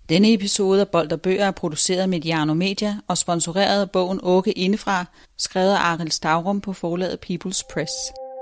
Denne episode af Bold og Bøger er produceret af Mediano Media og sponsoreret af bogen Åke Indefra, skrevet af Arild Stavrum på forlaget People's Press.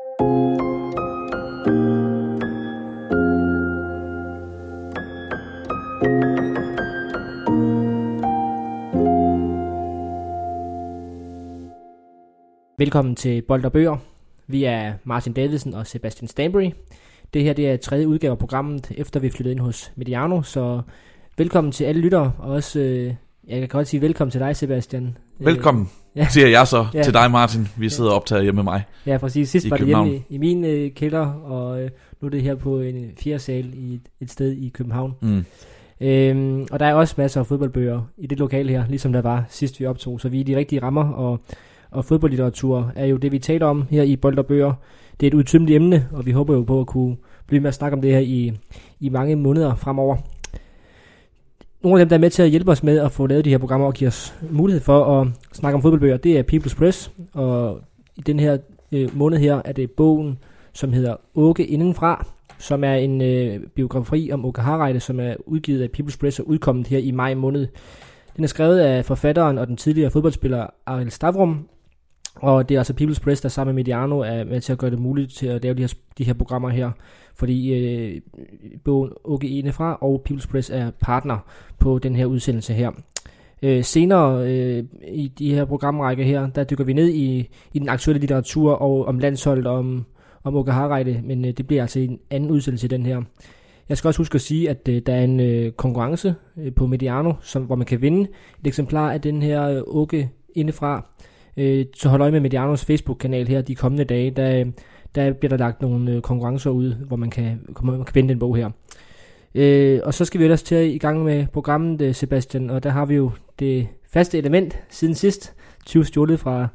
Velkommen til Bold og Bøger. Vi er Martin Davidsen og Sebastian Stanbury. Det her det er tredje udgave af programmet, efter vi flyttede ind hos Mediano, så velkommen til alle lyttere, og også, jeg kan godt sige velkommen til dig, Sebastian. Velkommen, siger jeg så til dig, Martin. Vi sidder og optager hjemme med mig. Ja, præcis. Sidst var det hjemme i min kælder, og nu er det her på en 4. sal i et sted i København. Og der er også masser af fodboldbøger i det lokale her, ligesom der var sidst vi optog, så vi er i de rigtige rammer, og fodboldlitteratur er jo det, vi taler om her i Bold og Bøger. Det er et udtømmeligt emne, og vi håber jo på at kunne blive med at snakke om det her i mange måneder fremover. Nogle af dem, der er med til at hjælpe os med at få lavet de her programmer og give os mulighed for at snakke om fodboldbøger, det er People's Press. Og i den her måned her er det bogen, som hedder Åke Indenfra, som er en biografi om Åke Hareide, som er udgivet af People's Press og udkommet her i maj måned. Den er skrevet af forfatteren og den tidligere fodboldspiller Arild Stavrum, og det er altså People's Press, der sammen med Mediano er med til at gøre det muligt til at lave de her programmer her, fordi bogen Åke Indefra og People's Press er partner på den her udsendelse her. Senere i de her programrækker her, der dykker vi ned i den aktuelle litteratur og om landsholdet om Åke Hareide, men det bliver altså en anden udsendelse i den her. Jeg skal også huske at sige, at der er en konkurrence på Mediano, hvor man kan vinde et eksemplar af den her Åke Indefra. Så hold øje med Medianos Facebook-kanal her de kommende dage. Der bliver der lagt nogle konkurrencer ud, hvor man kan vinde den bog her. Og så skal vi ellers til i gang med programmet, Sebastian, og der har vi jo det faste element siden sidst, 20 stjålet fra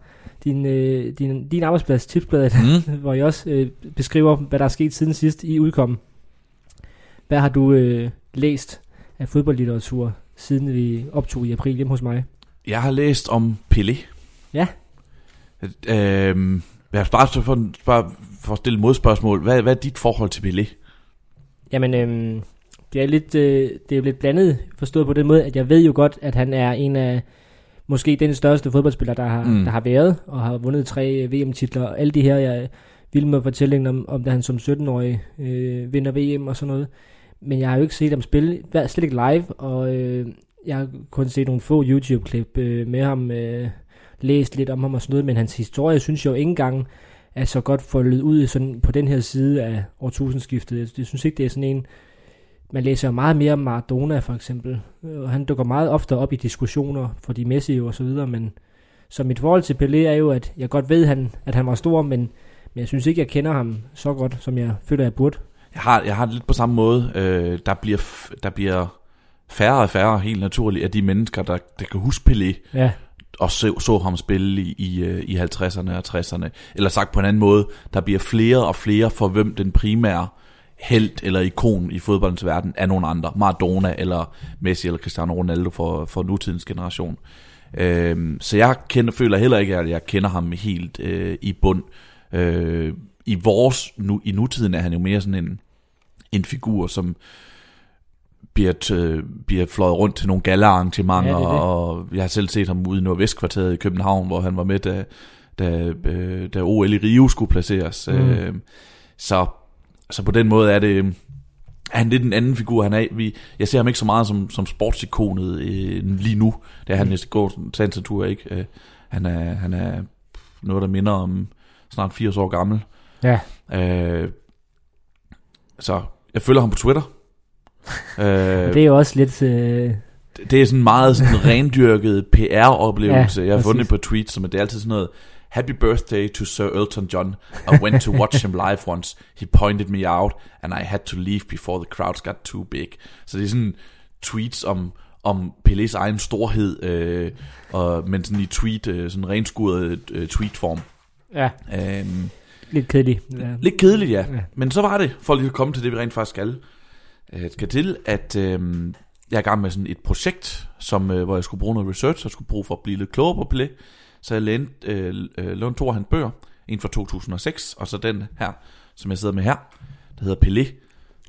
din arbejdsplads, Tipsbladet, hvor jeg også beskriver, hvad der er sket siden sidst i udkommen. Hvad har du læst af fodboldlitteratur, siden vi optog i april hjemme hos mig? Jeg har læst om Pelé. Ja. Jeg bare for at stille modspørgsmål. Hvad er dit forhold til Pelé? Jamen, det er lidt blandet, forstået på den måde, at jeg ved jo godt, at han er en af måske den største fodboldspiller, der har været, og har vundet 3 VM-titler, og alle de her, jeg vil med fortællingen om da han som 17-årig vinder VM og sådan noget. Men jeg har jo ikke set ham spille, slet ikke live, og jeg har kun set nogle få YouTube-klip med ham, læst lidt om ham og sådan noget, men hans historie synes jeg jo ikke engang er så godt foldet ud sådan på den her side af årtusindskiftet. Jeg synes ikke, det er sådan en, man læser meget mere om Maradona for eksempel, og han dukker meget ofte op i diskussioner for de Messi og så videre, men så mit forhold til Pelé er jo, at jeg godt ved, at han var stor, men jeg synes ikke, jeg kender ham så godt, som jeg føler, jeg burde. Jeg har det lidt på samme måde. Der bliver færre og færre helt naturligt af de mennesker, der kan huske Pelé, og så ham spille i 50'erne og 60'erne. Eller sagt på en anden måde, der bliver flere og flere, for hvem den primære helt eller ikon i fodboldens verden er nogen andre. Maradona eller Messi eller Cristiano Ronaldo for nutidens generation. Så jeg føler heller ikke, at jeg kender ham helt i bund. I nutiden er han jo mere sådan en figur, som bliver fløjet rundt til nogle gala-arrangementer, og jeg har selv set ham ude i Nordvestkvarteret i København, hvor han var med, da OL i Rio skulle placeres. Så på den måde er han lidt en anden figur. Jeg ser ham ikke så meget som sportsikonet lige nu. Det er han næste går sandt og tur ikke. Han er noget, der minder om snart 80 år gammel. Ja. Så jeg følger ham på Twitter. Det er jo også lidt det er sådan meget sådan rendyrket PR-oplevelse. Jeg har fundet på tweets, som det er altid sådan noget: Happy birthday to Sir Elton John. I went to watch him live once. He pointed me out, and I had to leave before the crowds got too big. Så det er sådan tweets om Pelés egen storhed, men sådan i sådan renskuret tweetform. Ja. Lidt kedeligt. Ja. Lidt kedeligt, ja. Men så var det, for lige at komme til det, vi rent faktisk skal til, at jeg er i gang med sådan et projekt, hvor jeg skulle bruge noget research, og skulle bruge for at blive lidt klogere på Pelé. Så jeg lånte 2 af hans bøger, en fra 2006, og så den her, som jeg sidder med her, der hedder Pelé,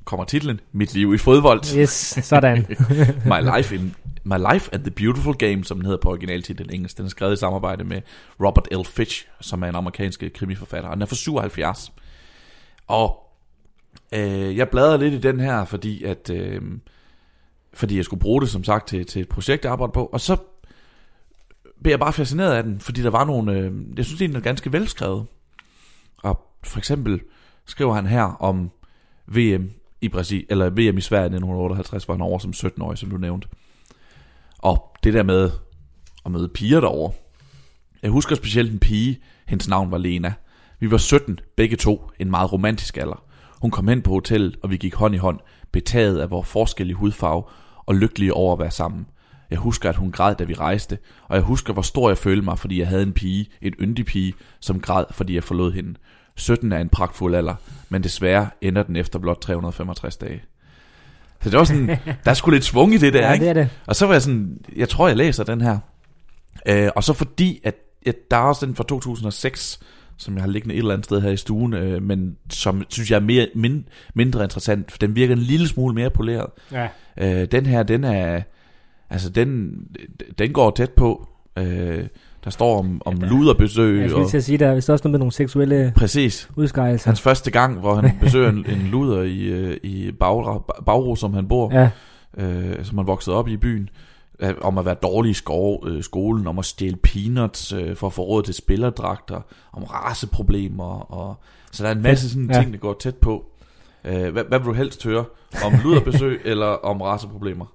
kommer titlen, Mit liv i fodbold. Yes, sådan. My Life and the Beautiful Game, som den hedder på originaltitlen engelsk. Den er skrevet i samarbejde med Robert L. Fitch, som er en amerikansk krimiforfatter. Og den er fra 77. Og jeg bladrede lidt i den her, fordi jeg skulle bruge det, som sagt, til et projekt, jeg arbejder på. Og så blev jeg bare fascineret af den, fordi der var nogle... jeg synes, den er ganske velskrevet. Og for eksempel skriver han her om VM i Brasilien, eller VM i Sverige 1958, var han over som 17-årig, som du nævnte. Og det der med at møde piger derovre. Jeg husker specielt en pige, hendes navn var Lena. Vi var 17, begge to, en meget romantisk alder. Hun kom hen på hotellet, og vi gik hånd i hånd, betaget af vores forskellige hudfarve, og lykkelige over at være sammen. Jeg husker, at hun græd, da vi rejste, og jeg husker, hvor stor jeg følte mig, fordi jeg havde en yndig pige, som græd, fordi jeg forlod hende. 17 er en pragtfuld alder, men desværre ender den efter blot 365 dage. Så det var sådan, der er sgu lidt svung i det der, ja, ikke? Det er det. Og så var jeg sådan, jeg tror, jeg læser den her. Og så fordi, at der er også den fra 2006, som jeg har liggende et eller andet sted her i stuen, men som synes jeg er mindre interessant, for den virker en lille smule mere poleret. Ja. Den her, den er, altså den går tæt på. Der står om luderbesøg. Jeg skulle til at sige, der er vist også noget med nogle seksuelle udskejelser. Hans første gang, hvor han besøger en luder i Bagro, som han bor, ja. Som han voksede op i byen, om at være dårlig i skolen, om at stjæle peanuts for at få råd til spillerdragter, om raceproblemer, og så der er en masse sådan ting, der går tæt på. Hvad vil du helst høre? Om luderbesøg eller om raceproblemer?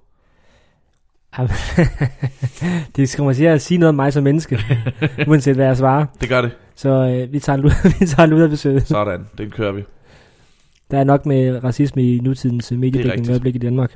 Det skal man sige noget om mig som menneske, uanset hvad jeg svarer. Det gør det. Så vi tager en luderbesøg. Sådan, den kører vi. Der er nok med racisme i nutidens mediedækning i øjeblik i Danmark.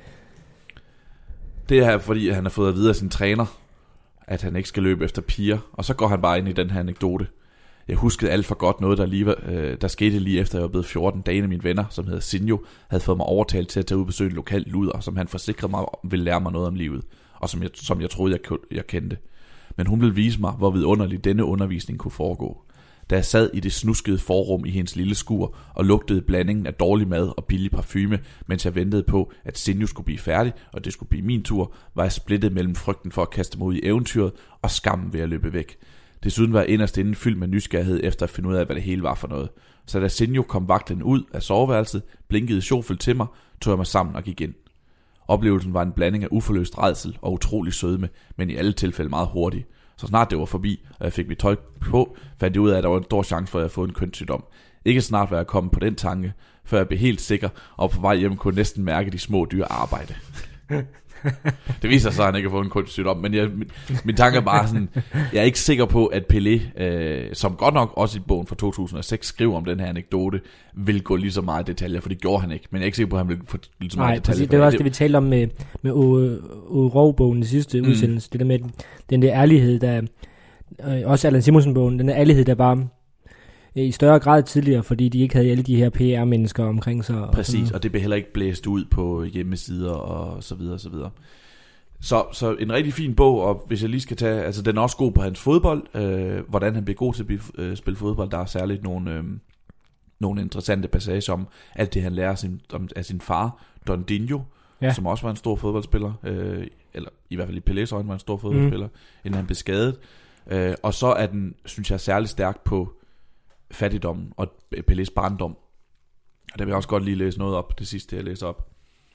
Det er fordi han har fået at vide af sin træner, at han ikke skal løbe efter piger, og så går han bare ind i den her anekdote. Jeg huskede alt for godt noget, der skete lige efter jeg var blevet 14 dage. Mine venner, som hedder Sinjo, havde fået mig overtalt til at tage ud og besøge en lokal luder, som han forsikrede mig ville lære mig noget om livet, og som jeg troede, jeg kendte. Men hun ville vise mig, hvor vidunderligt denne undervisning kunne foregå. Da jeg sad i det snuskede forrum i hendes lille skur og lugtede blandingen af dårlig mad og billig parfume, mens jeg ventede på, at Sinjo skulle blive færdig, og det skulle blive min tur, var jeg splittet mellem frygten for at kaste mig ud i eventyret og skammen ved at løbe væk. Desuden var jeg inderst inde fyldt med nysgerrighed efter at finde ud af, hvad det hele var for noget. Så da Sinjo kom vagten ud af soveværelset, blinkede sjovfuldt til mig, tog jeg mig sammen og gik ind. Oplevelsen var en blanding af uforløst rædsel og utrolig sødme, men i alle tilfælde meget hurtig. Så snart det var forbi, og jeg fik mit tøj på, fandt jeg ud af, at der var en stor chance for at få en kønssygdom. Ikke snart var jeg kommet på den tanke, før jeg blev helt sikker, og på vej hjem kunne næsten mærke de små dyr arbejde. Det viser sig, at han ikke har fået en kønssygdom, men min tanke er bare sådan, jeg er ikke sikker på, at Pelé, som godt nok også i bogen fra 2006 skriver om den her anekdote, vil gå lige så meget detaljer, for det gjorde han ikke, men jeg er ikke sikker på, at han vil få lige så meget detaljer. Nej, det var også det, vi talte om med Rovbogen i sidste udsendelse, det der med den der ærlighed, der også Allan Simonsen-bogen, den der ærlighed, der var i større grad tidligere, fordi de ikke havde alle de her PR-mennesker omkring sig. Præcis, og det blev heller ikke blæst ud på hjemmesider og så videre og så videre. Så en rigtig fin bog, og hvis jeg lige skal tage, altså den er også god på hans fodbold, hvordan han blev god til at spille fodbold. Der er særligt nogle interessante passager om alt det, han lærer af sin far, Dondinho, som også var en stor fodboldspiller, eller i hvert fald i Pelés øjne var en stor fodboldspiller, inden han blev skadet. Og så er den, synes jeg, særligt stærk på fattigdommen og Pelés barndom. Og der vil jeg også godt lige læse noget op, det sidste jeg læser op.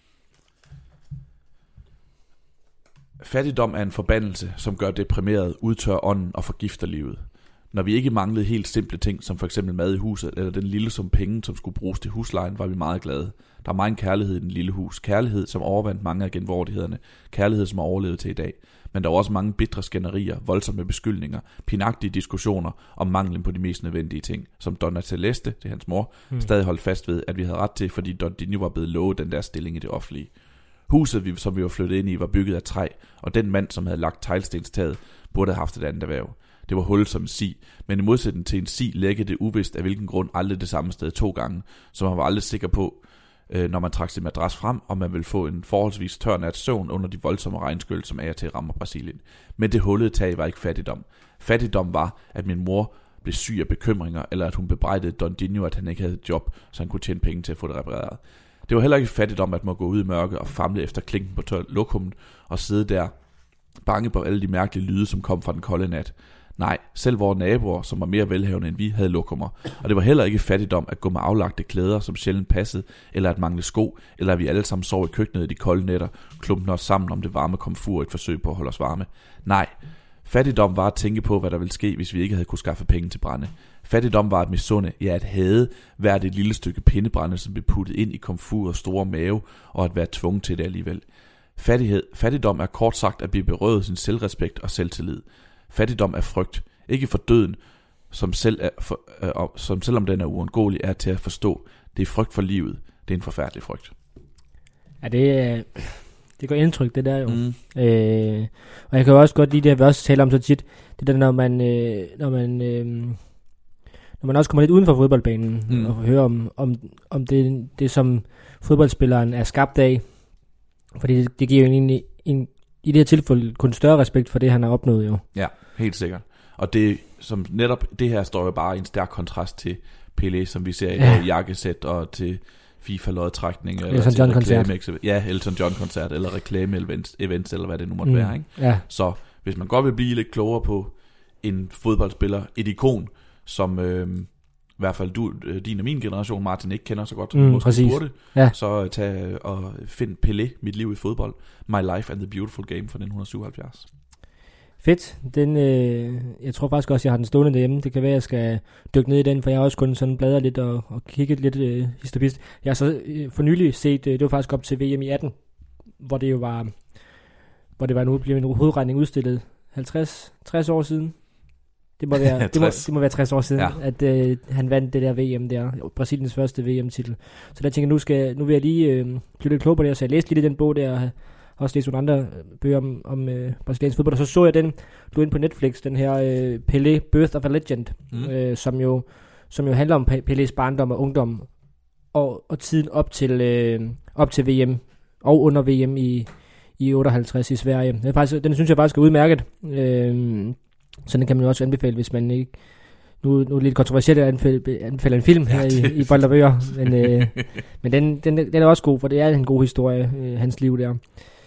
Fattigdom er en forbandelse, som gør deprimeret, udtørrer ånden og forgifter livet. Når vi ikke manglede helt simple ting, som for eksempel mad i huset, eller den lille sum penge, som skulle bruges til huslejen, var vi meget glade. Der er meget kærlighed i den lille hus. Kærlighed, som overvandt mange af genvordighederne. Kærlighed, som har overlevet til i dag. Men der er også mange bitre skænderier, voldsomme beskyldninger, pinagtige diskussioner om manglen på de mest nødvendige ting, som Donna Celeste, det er hans mor, stadig holdt fast ved, at vi havde ret til, fordi Dondinho var blevet lovet den der stilling i det offentlige. Huset, som vi var flyttet ind i, var bygget af træ, og den mand, som havde lagt teglstenstaget, burde have haft et andet erhverv. Det var hullet som en si, men i modsætning til en si lægge det uvist af hvilken grund aldrig det samme sted 2 gange, så man var aldrig sikker på, når man trak sin madras frem, og man ville få en forholdsvis tør nat søvn under de voldsomme regnskyld, som af og til rammer Brasilien. Men det hullede tag var ikke fattigdom. Fattigdom var, at min mor blev syg af bekymringer, eller at hun bebrejdede Dondinho, at han ikke havde et job, så han kunne tjene penge til at få det repareret. Det var heller ikke fattigdom at må gå ud i mørket og famle efter klinken på lokummet og sidde der bange på alle de mærkelige lyde, som kom fra den kolde nat. Nej, selv vores naboer, som var mere velhavende end vi, havde lokummer. Og det var heller ikke fattigdom at gå med aflagte klæder, som sjældent passede, eller at mangle sko, eller at vi alle sammen sov i køkkenet i de kolde nætter, klumpende os sammen om det varme komfur i et forsøg på at holde os varme. Nej, fattigdom var at tænke på, hvad der ville ske, hvis vi ikke havde kunne skaffe penge til brænde. Fattigdom var at misunde, ja at hade hvert et lille stykke pindebrænde, som blev puttet ind i komfur og store mave, og at være tvunget til det alligevel. Fattigdom er kort sagt at blive berøvet sin selvrespekt og selvtillid. Fattigdom er frygt, ikke for døden, som selvom den er uundgåelig, er til at forstå. Det er frygt for livet. Det er en forfærdelig frygt. Ja, det går indtryk, det der jo. Og jeg kan jo også godt lide det, vi også taler om så tit, det der, når man også kommer lidt uden for fodboldbanen, og hører om det, som fodboldspilleren er skabt af. Fordi det giver jo egentlig i det her tilfælde kun større respekt for det, han har opnået jo. Ja, helt sikkert. Og det, som netop det her står jo bare i en stærk kontrast til Pelé, som vi ser i dag, jakkesæt og til FIFA-lodtrækning. Elton John-koncert. Ja, Elton John-koncert, eller reklame-events, eller hvad det nu måtte være. Ikke? Ja. Så hvis man godt vil blive lidt klogere på en fodboldspiller, et ikon, som i hvert fald din og min generation, Martin, ikke kender så godt, som måske burde, så tag og find Pelé, Mit liv i fodbold, My Life and the Beautiful Game fra 1977. Fedt. Jeg tror faktisk også, jeg har den stående derhjemme. Det kan være, jeg skal dykke ned i den, for jeg har også kun sådan bladret lidt og kigget lidt historisk. Jeg har så for nylig set, det var faktisk op til VM i 18, hvor det jo var, blev en hovedregning udstillet 50-60 år siden. Det må være 60 år siden, at han vandt det der VM der, Brasiliens første VM-titel. Så der tænker jeg, nu vil jeg lige blive lidt klogere på det, så jeg læste lige den bog der, og har også læst nogle andre bøger om brasiliansk fodbold, og så jeg den, du er inde på Netflix, den her Pelé, Birth of a Legend, som jo handler om Pelés barndom og ungdom, og tiden op til VM, og under VM i 58 i Sverige. Den synes jeg faktisk er udmærket. Så den kan man jo også anbefale, hvis man ikke... Nu er det lidt kontroversielt at anbefale en film her i Bold og Bøger, men den er også god, for det er en god historie, hans liv der.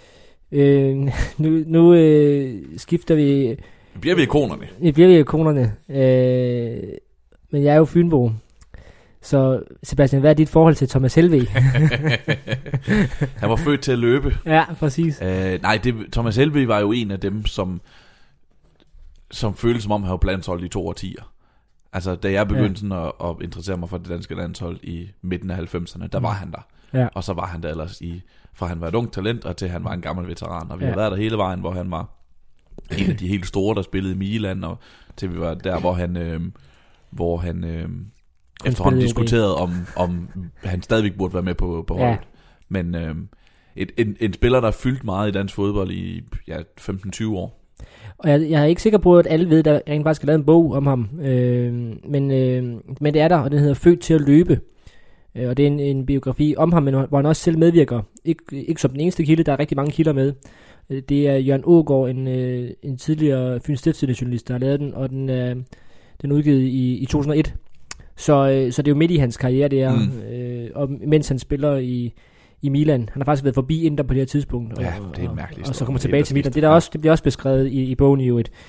Nu skifter vi... Nu bliver vi ikonerne. Men jeg er jo fynbo. Så Sebastian, hvad er dit forhold til Thomas Helveg? Han var født til at løbe. Ja, præcis. Thomas Helveg var jo en af dem, som føltes som om han var på landsholdet i 2 årtier. Altså, da jeg begyndte sådan at interessere mig for det danske landshold i midten af 90'erne, der var han der. Ja. Og så var han der ellers fra han var et ungt talent, og til han var en gammel veteran. Og vi har været der hele vejen, hvor han var en af de helt store, der spillede i Milan, og til vi var der, hvor han efterhånden diskuterede, om han stadigvæk burde være med på holdet. Men en spiller, der har fyldt meget i dansk fodbold i 15-20 år. Og jeg er ikke sikker på, at alle ved, at der rent faktisk er lavet en bog om ham. Men det er der, og den hedder Født til at løbe. Og det er en biografi om ham, men hvor han også selv medvirker. Ikke som den eneste kilde, der er rigtig mange kilder med. Det er Jørgen Aagaard, en tidligere Fyns Stiftstidende journalist, der har lavet den, og den er udgivet i 2001. Så det er jo midt i hans karriere, det er. Og mens han spiller i Milan. Han har faktisk været forbi Inter på det her tidspunkt. Ja, det er en mærkelig og så kommer tilbage til Milan. Det bliver også beskrevet i bogen i øvrigt.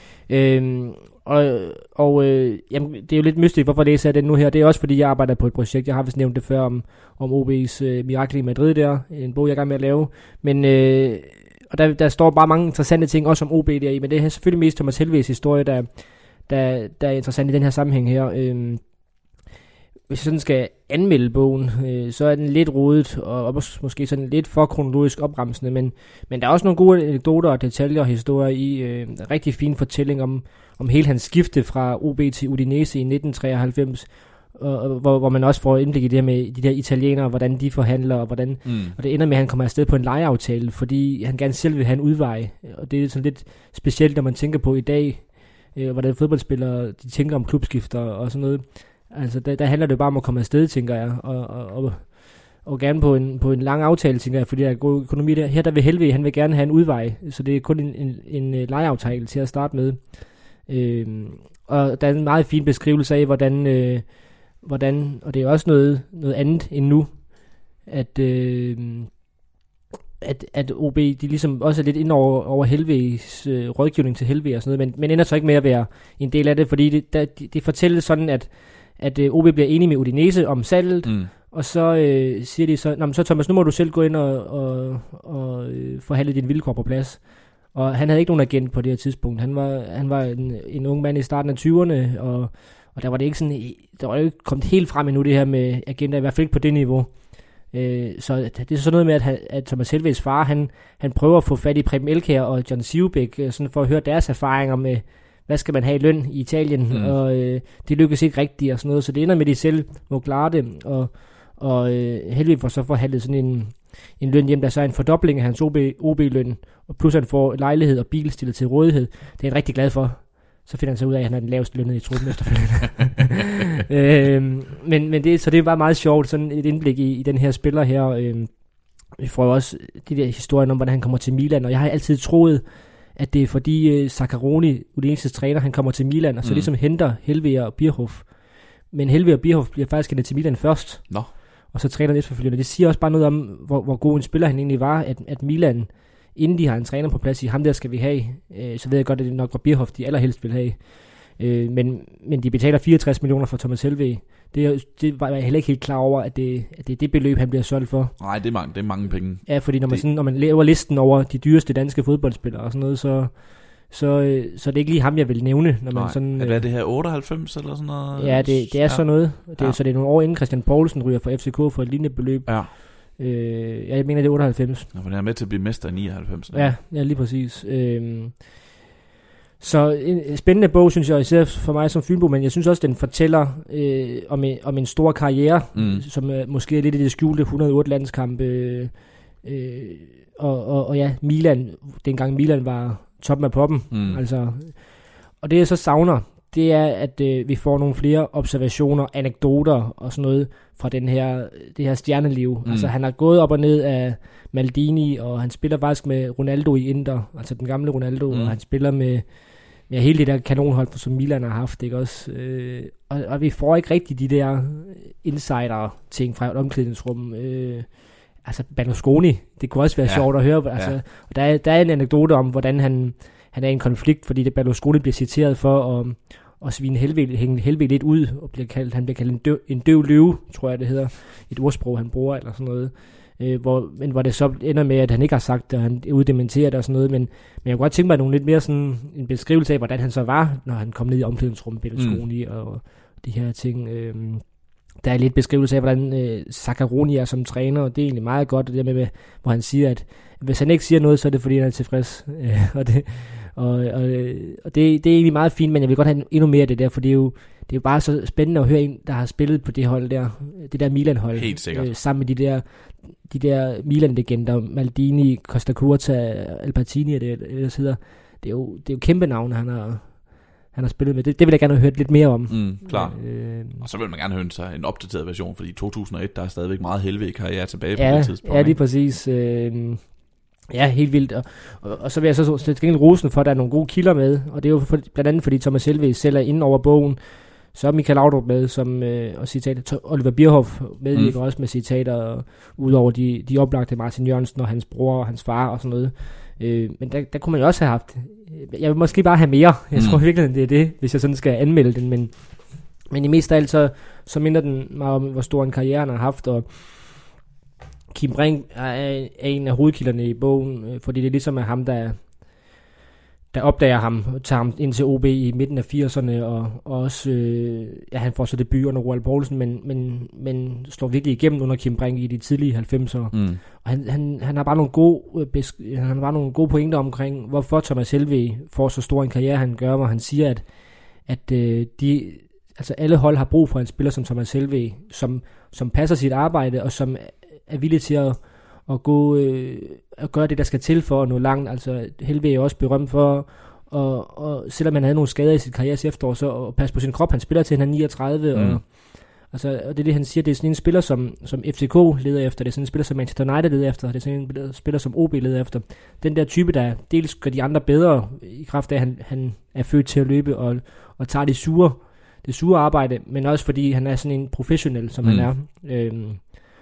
Jamen, det er jo lidt mystisk, hvorfor læser jeg den nu her. Det er også fordi, jeg arbejder på et projekt. Jeg har vist nævnt det før om OB's Mirakel i Madrid der. En bog, jeg er i gang med at lave. Men og der står bare mange interessante ting, også om OB der i. Men det er selvfølgelig mest Thomas Helvegs historie, der er interessant i den her sammenhæng her. Hvis jeg sådan skal anmelde bogen, så er den lidt rodet, og måske sådan lidt for kronologisk opremsende, men der er også nogle gode anekdoter og detaljer og historier i en rigtig fin fortælling om hele hans skifte fra OB til Udinese i 1993, hvor man også får indblik i det her med de der italienere, hvordan de forhandler, og hvordan og det ender med, at han kommer afsted på en lejeaftale, fordi han gerne selv vil have en udvej, og det er sådan lidt specielt, når man tænker på i dag, hvordan fodboldspillere de tænker om klubskifter og sådan noget. Altså, der handler det bare om at komme afsted, tænker jeg, og gerne på en lang aftale, tænker jeg, fordi der er god økonomi der. Her der vil Helveg, han vil gerne have en udvej, så det er kun en lejeaftale til at starte med. Og der er en meget fin beskrivelse af, hvordan og det er også noget andet end nu, at OB, de ligesom også er lidt ind over Helvegs rådgivning til Helve og sådan noget, men ender så ikke med at være en del af det, fordi det fortæller sådan, at OB bliver enige med Udinese om salget, og så siger de så Thomas, nu må du selv gå ind og forhandle dine vilkår på plads. Og han havde ikke nogen agent på det her tidspunkt. Han var en ung mand i starten af 20'erne, og der var det ikke sådan, der var jo ikke kommet helt frem endnu det her med agenter, i hvert fald ikke på det niveau. Så det er sådan noget med, at Thomas Helvegs far, han prøver at få fat i Preben Elkjær og John Sivebæk, sådan for at høre deres erfaringer med, hvad skal man have i løn i Italien, og det lykkes ikke rigtigt og sådan noget, så det ender med, at de selv må klare det, og Helveg får så forhandlet sådan en løn hjem, der så er en fordobling af hans OB-løn, og plus han får lejlighed og bil stillet til rådighed. Det er han rigtig glad for. Så finder han så ud af, at han er den laveste lønnet i truppen efterfølgende. Men så det er bare meget sjovt, sådan et indblik i den her spiller her. Vi får jo også de der historier om, hvordan han kommer til Milan, og jeg har altid troet, at det er fordi Zaccaroni, Udineses træner, han kommer til Milan, og så ligesom henter Helveg og Bierhoff. Men Helveg og Bierhoff bliver faktisk hentet til Milan først. Nå. Og så træner han efterfølgende. Det siger også bare noget om, hvor god en spiller han egentlig var, at Milan, inden de har en træner på plads, i ham der skal vi have, så ved jeg godt, at det nok var Bierhoff, de allerhelst vil have. Men de betaler 64 millioner for Thomas Helveg. Det var jeg heller ikke helt klar over, at det er det beløb, han bliver solgt for. Nej, det er mange penge. Ja, fordi når man laver listen over de dyreste danske fodboldspillere og sådan noget, så er det ikke lige ham, jeg vil nævne. Når man sådan, er det her 98 eller sådan noget? Ja, det er sådan noget. Så det er nogle år inden Christian Poulsen ryger fra FCK for et lignende beløb. Ja. Jeg mener, det er 98. Ja, for den er med til at blive mester i 99. Ja, lige præcis. Så en spændende bog, synes jeg, især for mig som Fynbo, men jeg synes også, den fortæller om en stor karriere, som måske er lidt i det skjulte 108 landskampe. Og ja, Milan, dengang Milan var toppen af poppen. Altså, og det jeg så savner, det er, at vi får nogle flere observationer, anekdoter og sådan noget fra det her stjerneliv. Altså han har gået op og ned af Maldini, og han spiller faktisk med Ronaldo i Inter, altså den gamle Ronaldo, og han spiller med hele det der kanonhold, som Milan har haft, ikke også? Og vi får ikke rigtig de der insider-ting fra et omklædningsrum. Altså Berlusconi, det kunne også være sjovt at høre. Altså, og der er en anekdote om, hvordan han er i en konflikt, fordi det Berlusconi bliver citeret for at svine Helveg lidt ud, og han bliver kaldt en døv løve, tror jeg det hedder, et ordsprog han bruger, eller sådan noget. Hvor det så ender med, at han ikke har sagt det, og han uddementerer det og sådan noget, men jeg kunne godt tænke mig nogle lidt mere sådan en beskrivelse af, hvordan han så var, når han kom ned i omklædningsrummet, Berlusconi og de her ting. Der er lidt beskrivelse af, hvordan Zaccaroni er som træner, og det er egentlig meget godt, det der med, hvor han siger, at hvis han ikke siger noget, så er det fordi, han er tilfreds. Og det er egentlig meget fint, men jeg vil godt have endnu mere af det der, for det er jo bare så spændende at høre en, der har spillet på det hold der, det der Milan-hold. Helt sikkert. Sammen med de der Milan-legender, Maldini, Costa Curta, Albertini og det ellers hedder. Det er jo kæmpe navne, han har spillet med. Det vil jeg gerne have hørt lidt mere om. Klar. Og så vil man gerne høre sig en opdateret version, fordi i 2001, der er stadigvæk meget Helveg-karriere tilbage på det tidspunkt. Ja, lige præcis. Ja, helt vildt. Og så vil jeg så til gengæld rosen for, at der er nogle gode kilder med, og det er jo blandt andet, fordi Thomas Helveg selv er inde over bogen. Så er Michael Laudrup med, som, og citater. Oliver Bierhoff medvirker også med citater, udover de oplagte Martin Jørgensen og hans bror og hans far og sådan noget. Men der kunne man jo også have haft. Jeg vil måske bare have mere. Jeg tror virkelig, det er det, hvis jeg sådan skal anmelde den. Men i mest af alt, så minder den meget om, hvor stor en karriere han har haft. Og Kim Brink er en af hovedkilderne i bogen, fordi det ligesom er ham, der opdager ham og tager ham ind til OB i midten af 80'erne, og også, han får så debut under Roald Poulsen, men slår virkelig igennem under Kim Brink i de tidlige 90'ere. Og han har bare nogle gode pointer omkring, hvorfor Thomas Helveg får så stor en karriere, han gør, hvor han siger, at alle hold har brug for en spiller som Thomas Helveg, som passer sit arbejde, og som er villig til at gå at gøre det, der skal til for at nå langt. Altså Helveg er også berømt for, og selvom han havde nogle skader i sit karrieres efterår, så at passe på sin krop. Han spiller til han er 39, og det er det, han siger. Det er sådan en spiller, som FCK leder efter. Det er sådan en spiller, som Manchester United leder efter. Det er sådan en spiller, som OB leder efter. Den der type, der dels gør de andre bedre, i kraft af, at han er født til at løbe, og tager det sure arbejde, men også fordi han er sådan en professionel, som han er.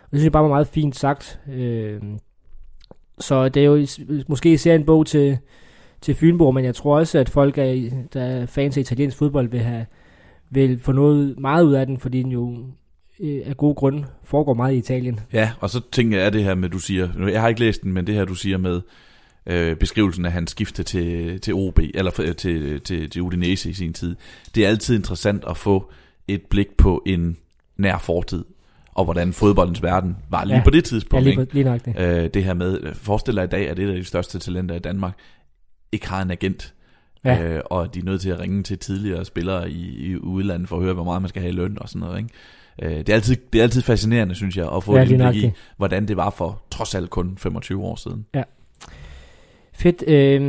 det synes jeg bare var meget fint sagt. Så det er jo måske især en bog til Fynborg, men jeg tror også, at folk, der er fans af italiensk fodbold, vil få noget meget ud af den, fordi den jo af gode grunde foregår meget i Italien. Ja, og så tænker jeg det her med, du siger, jeg har ikke læst den, men det her, du siger med beskrivelsen af hans skifte til OB, eller til Udinese i sin tid. Det er altid interessant at få et blik på en nær fortid, og hvordan fodboldens verden var lige på det tidspunkt. Ja, lige nøjagtigt. Det her med, forestil dig i dag, at det er de største talenter i Danmark, ikke har en agent, og de er nødt til at ringe til tidligere spillere i udlandet for at høre, hvor meget man skal have i løn og sådan noget, ikke? Det er altid fascinerende, synes jeg, at få et indblik i, hvordan det var for trods alt kun 25 år siden. Ja. Fedt.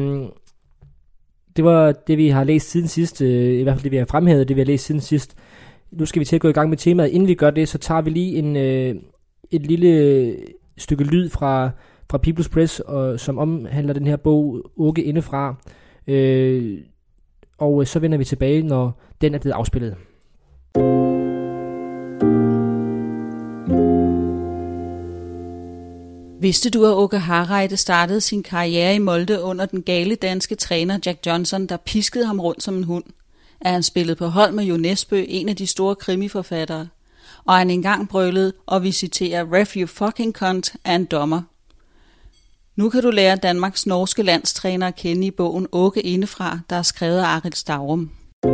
Det var det, vi har læst siden sidst, i hvert fald det, vi har fremhævet, det vi har læst siden sidst. Nu skal vi til at gå i gang med temaet. Inden vi gør det, så tager vi lige et lille stykke lyd fra People's Press, som omhandler den her bog, Åke Indefra. Og så vender vi tilbage, når den er blevet afspillet. Vidste du, at Åke Hareide startede sin karriere i Molde under den gale danske træner Jack Johnson, der piskede ham rundt som en hund? At han spillede på hold med Jo Nesbø, en af de store krimiforfattere, og han engang brølede, og vi citerer, "Ref you fucking cunt" af en dommer. Nu kan du lære Danmarks norske landstræner at kende i bogen Åke Indefra, der er skrevet af Arild Stavrum.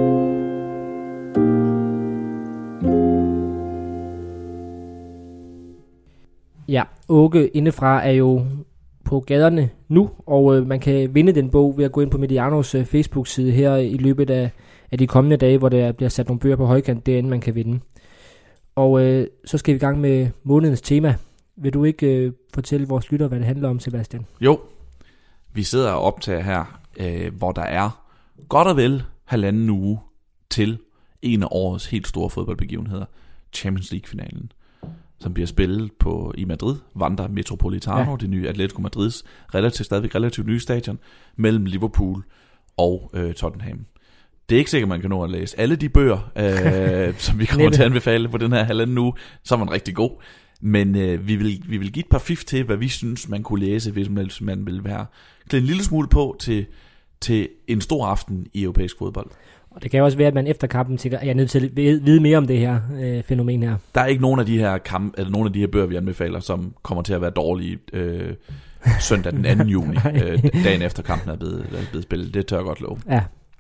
Ja, Åke Indefra er jo på gaderne nu, og man kan vinde den bog ved at gå ind på Medianos Facebook-side her i løbet af de kommende dage, hvor der bliver sat nogle bøger på højkant, derinde man kan vinde. Og så skal vi i gang med månedens tema. Vil du ikke fortælle vores lytter, hvad det handler om, Sebastian? Jo, vi sidder og optager her, hvor der er godt og vel 1,5 uge til en af årets helt store fodboldbegivenheder, Champions League-finalen, som bliver spillet i Madrid, Wanda Metropolitano, det nye Atletico Madrids stadigvæk relativt nye stadion, mellem Liverpool og Tottenham. Det er ikke sikkert, man kan nå at læse alle de bøger, som vi kommer til at anbefale på den her 1,5 uge, så er man rigtig god. Men vi vil give et par fif til, hvad vi synes, man kunne læse, hvis man vil være klædt en lille smule på til en stor aften i europæisk fodbold. Og det kan jo også være, at man efter kampen tænker, at jeg er nødt til at vide mere om det her fænomen her. Der er ikke nogen af de her nogen af de her bøger, vi anbefaler, som kommer til at være dårlige søndag den 2. juni, dagen efter kampen er blevet spillet. Det tør jeg godt love. Ja.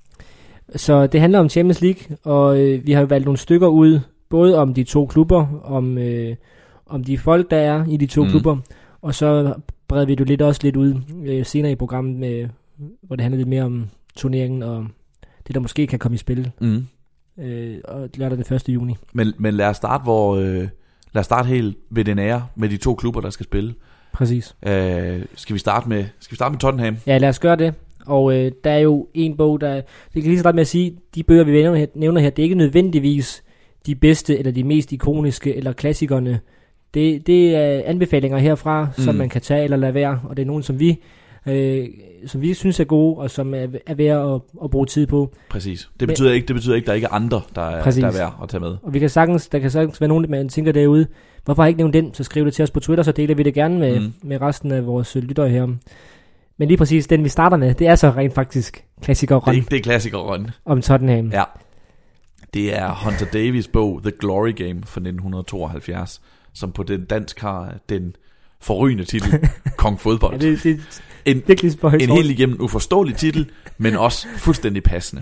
Så det handler om Champions League, og vi har valgt nogle stykker ud, både om de to klubber, om de folk, der er i de to klubber, og så breder vi det også lidt ud senere i programmet, hvor det handler lidt mere om turneringen og det, der måske kan komme i spil. Og lørdag den 1. juni. Men lad os starte helt ved den ære med de to klubber, der skal spille. Præcis. Skal vi starte med Tottenham? Ja, lad os gøre det. Og der er jo en bog, det kan lige starte med at sige, de bøger, vi nævner her, det er ikke nødvendigvis de bedste, eller de mest ikoniske, eller klassikerne. Det er anbefalinger herfra, som man kan tage eller lade være, og det er nogen, som vi synes er gode, og som er værd at bruge tid på. Præcis. Det betyder ikke, at der ikke er andre, der er værd at tage med. Og der kan sagtens være nogen, man tænker derude, hvorfor har jeg ikke nævnt den, så skriv det til os på Twitter, så deler vi det gerne med resten af vores lyttere her. Men lige præcis den, vi starter med, det er så rent faktisk klassikeren. Det er klassikeren. Om Tottenham. Ja. Det er Hunter Davies bog, The Glory Game fra 1972, som på den dansk har den forrygende titel, Kong Fodbold. Ja, en helt igennem uforståelig titel, men også fuldstændig passende.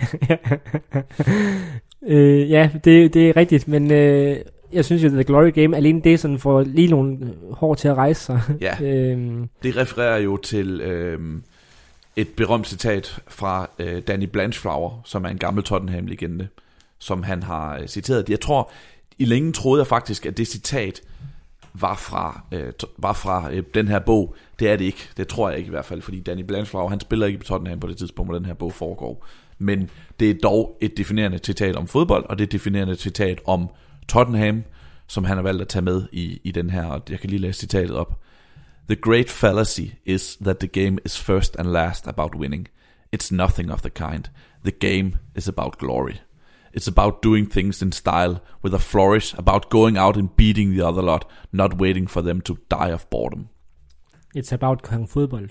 Ja, det er rigtigt, men jeg synes jo, at The Glory Game, alene det sådan får lige nogle hår til at rejse sig. Ja, det refererer jo til et berømt citat fra Danny Blanchflower, som er en gammel Tottenham-legende, som han har citeret. Jeg tror, i længe troede jeg faktisk, at det citat var fra den her bog. Det er det ikke. Det tror jeg ikke i hvert fald, fordi Danny Blanchflower, han spiller ikke på Tottenham på det tidspunkt, hvor den her bog foregår. Men det er dog et definerende citat om fodbold, og det er et definerende citat om Tottenham, som han har valgt at tage med i den her, og jeg kan lige læse citatet op. The great fallacy is that the game is first and last about winning. It's nothing of the kind. The game is about glory. It's about doing things in style, with a flourish, about going out and beating the other lot, not waiting for them to die of boredom. It's about kong fodbold.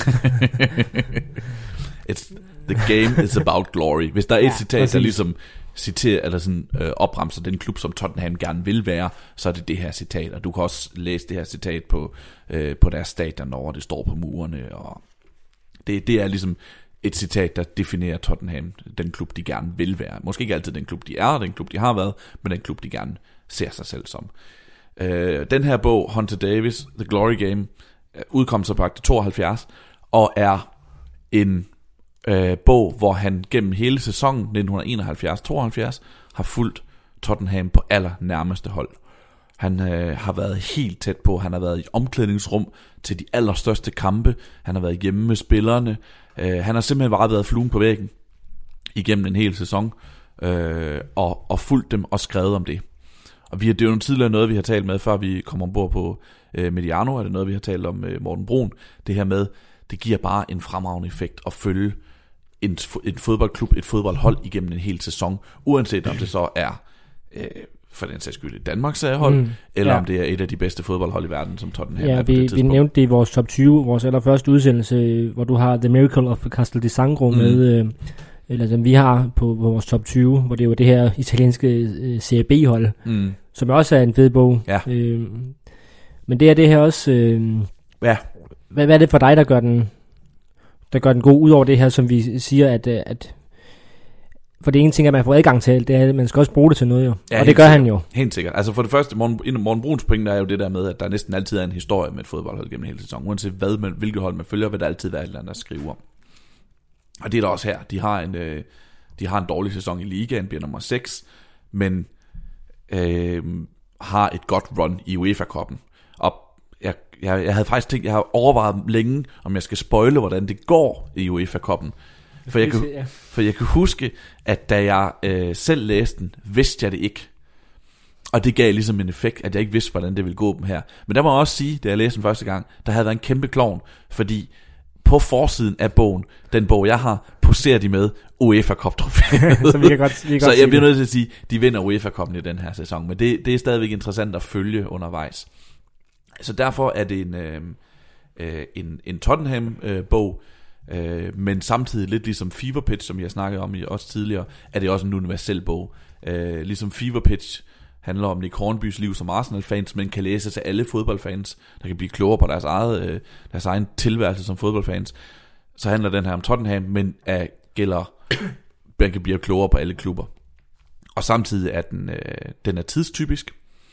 The game is about glory. Hvis der er et citat, der ligesom citerer, eller sådan, opremser den klub, som Tottenham gerne vil være, så er det det her citat. Og du kan også læse det her citat på deres stadion, hvor det står på murene. Og det er ligesom et citat, der definerer Tottenham, den klub, de gerne vil være. Måske ikke altid den klub, de er, den klub, de har været, men den klub, de gerne ser sig selv som. Den her bog, Hunter Davies, The Glory Game, udkom så på 72, og er en bog, hvor han gennem hele sæsonen 1971-72 har fulgt Tottenham på allernærmeste hold. Han har været helt tæt på. Han har været i omklædningsrum til de allerstørste kampe. Han har været hjemme med spillerne. Han har simpelthen bare været fluen på væggen igennem en hel sæson, og fulgt dem og skrevet om det. Og det er jo tidligere noget, vi har talt med, før vi kom ombord på Mediano, er det noget, vi har talt om Morten Brun. Det her med, det giver bare en fremragende effekt at følge en fodboldklub, et fodboldhold igennem en hel sæson, uanset om det så er for den sags skyld et Danmarks hold, eller om det er et af de bedste fodboldhold i verden, som Tottenham er på det tidspunkt. Vi nævnte det i vores top 20, vores allerførste udsendelse, hvor du har The Miracle of Castel di Sangro med, eller som vi har på vores top 20, hvor det er jo det her italienske Serie B-hold, som også er en fed bog. Ja. Men det er det her også. Hvad er det for dig, der gør den god, ud over det her, som vi siger, at for det ene ting, at man får adgang til alt, det er, at man skal også bruge det til noget, jo. Ja, og det gør sikkert. Han jo. Helt sikkert. Altså for det første, Morten Bruns pointe er jo det der med, at der næsten altid er en historie med et fodboldhold gennem hele sæsonen. Uanset hvilket hold man følger, vil der altid være et eller andet at skrive om. Og det er der også her. De har en dårlig sæson i ligaen, bliver nummer 6, men har et godt run i UEFA-cupen. Og jeg havde faktisk tænkt, jeg har overvejet længe, om jeg skal spoile, hvordan det går i UEFA-cupen. For jeg kan huske, at da jeg selv læste den, vidste jeg det ikke. Og det gav ligesom en effekt, at jeg ikke vidste, hvordan det ville gå dem her. Men der må jeg også sige, da jeg læste den første gang, der havde været en kæmpe klovn, fordi på forsiden af bogen, den bog jeg har, poserer de med UEFA Cup trofæet. Så jeg bliver nødt til at sige, de vinder UEFA Cup'en i den her sæson. Men det er stadigvæk interessant at følge undervejs. Så derfor er det en Tottenham-bog, men samtidig lidt ligesom Fever Pitch, som jeg snakkede om også tidligere, er det også en universel bog. Ligesom Fever Pitch handler om Nick Hornbys liv som Arsenal-fans, men kan læses af alle fodboldfans, der kan blive klogere på deres egen tilværelse som fodboldfans. Så handler den her om Tottenham, men man kan blive klogere på alle klubber. Og samtidig er den er tidstypisk.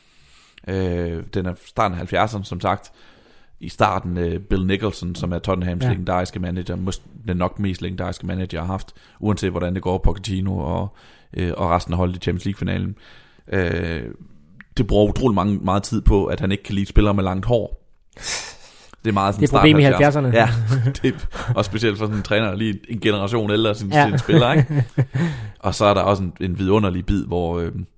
Den er starten af 70'erne, som sagt. I starten Bill Nicholson, som er Tottenhams legendariske manager, den nok mest legendariske manager har haft, uanset hvordan det går Pochettino og resten af holdet i Champions League-finalen. Det bruger utrolig meget tid på, at han ikke kan lide spillere med langt hår. Det er meget sådan det er problem i 70'erne. Ja, og specielt for sådan en træner, lige en generation ældre end sin spiller, ikke? Og så er der også en vidunderlig bid, hvor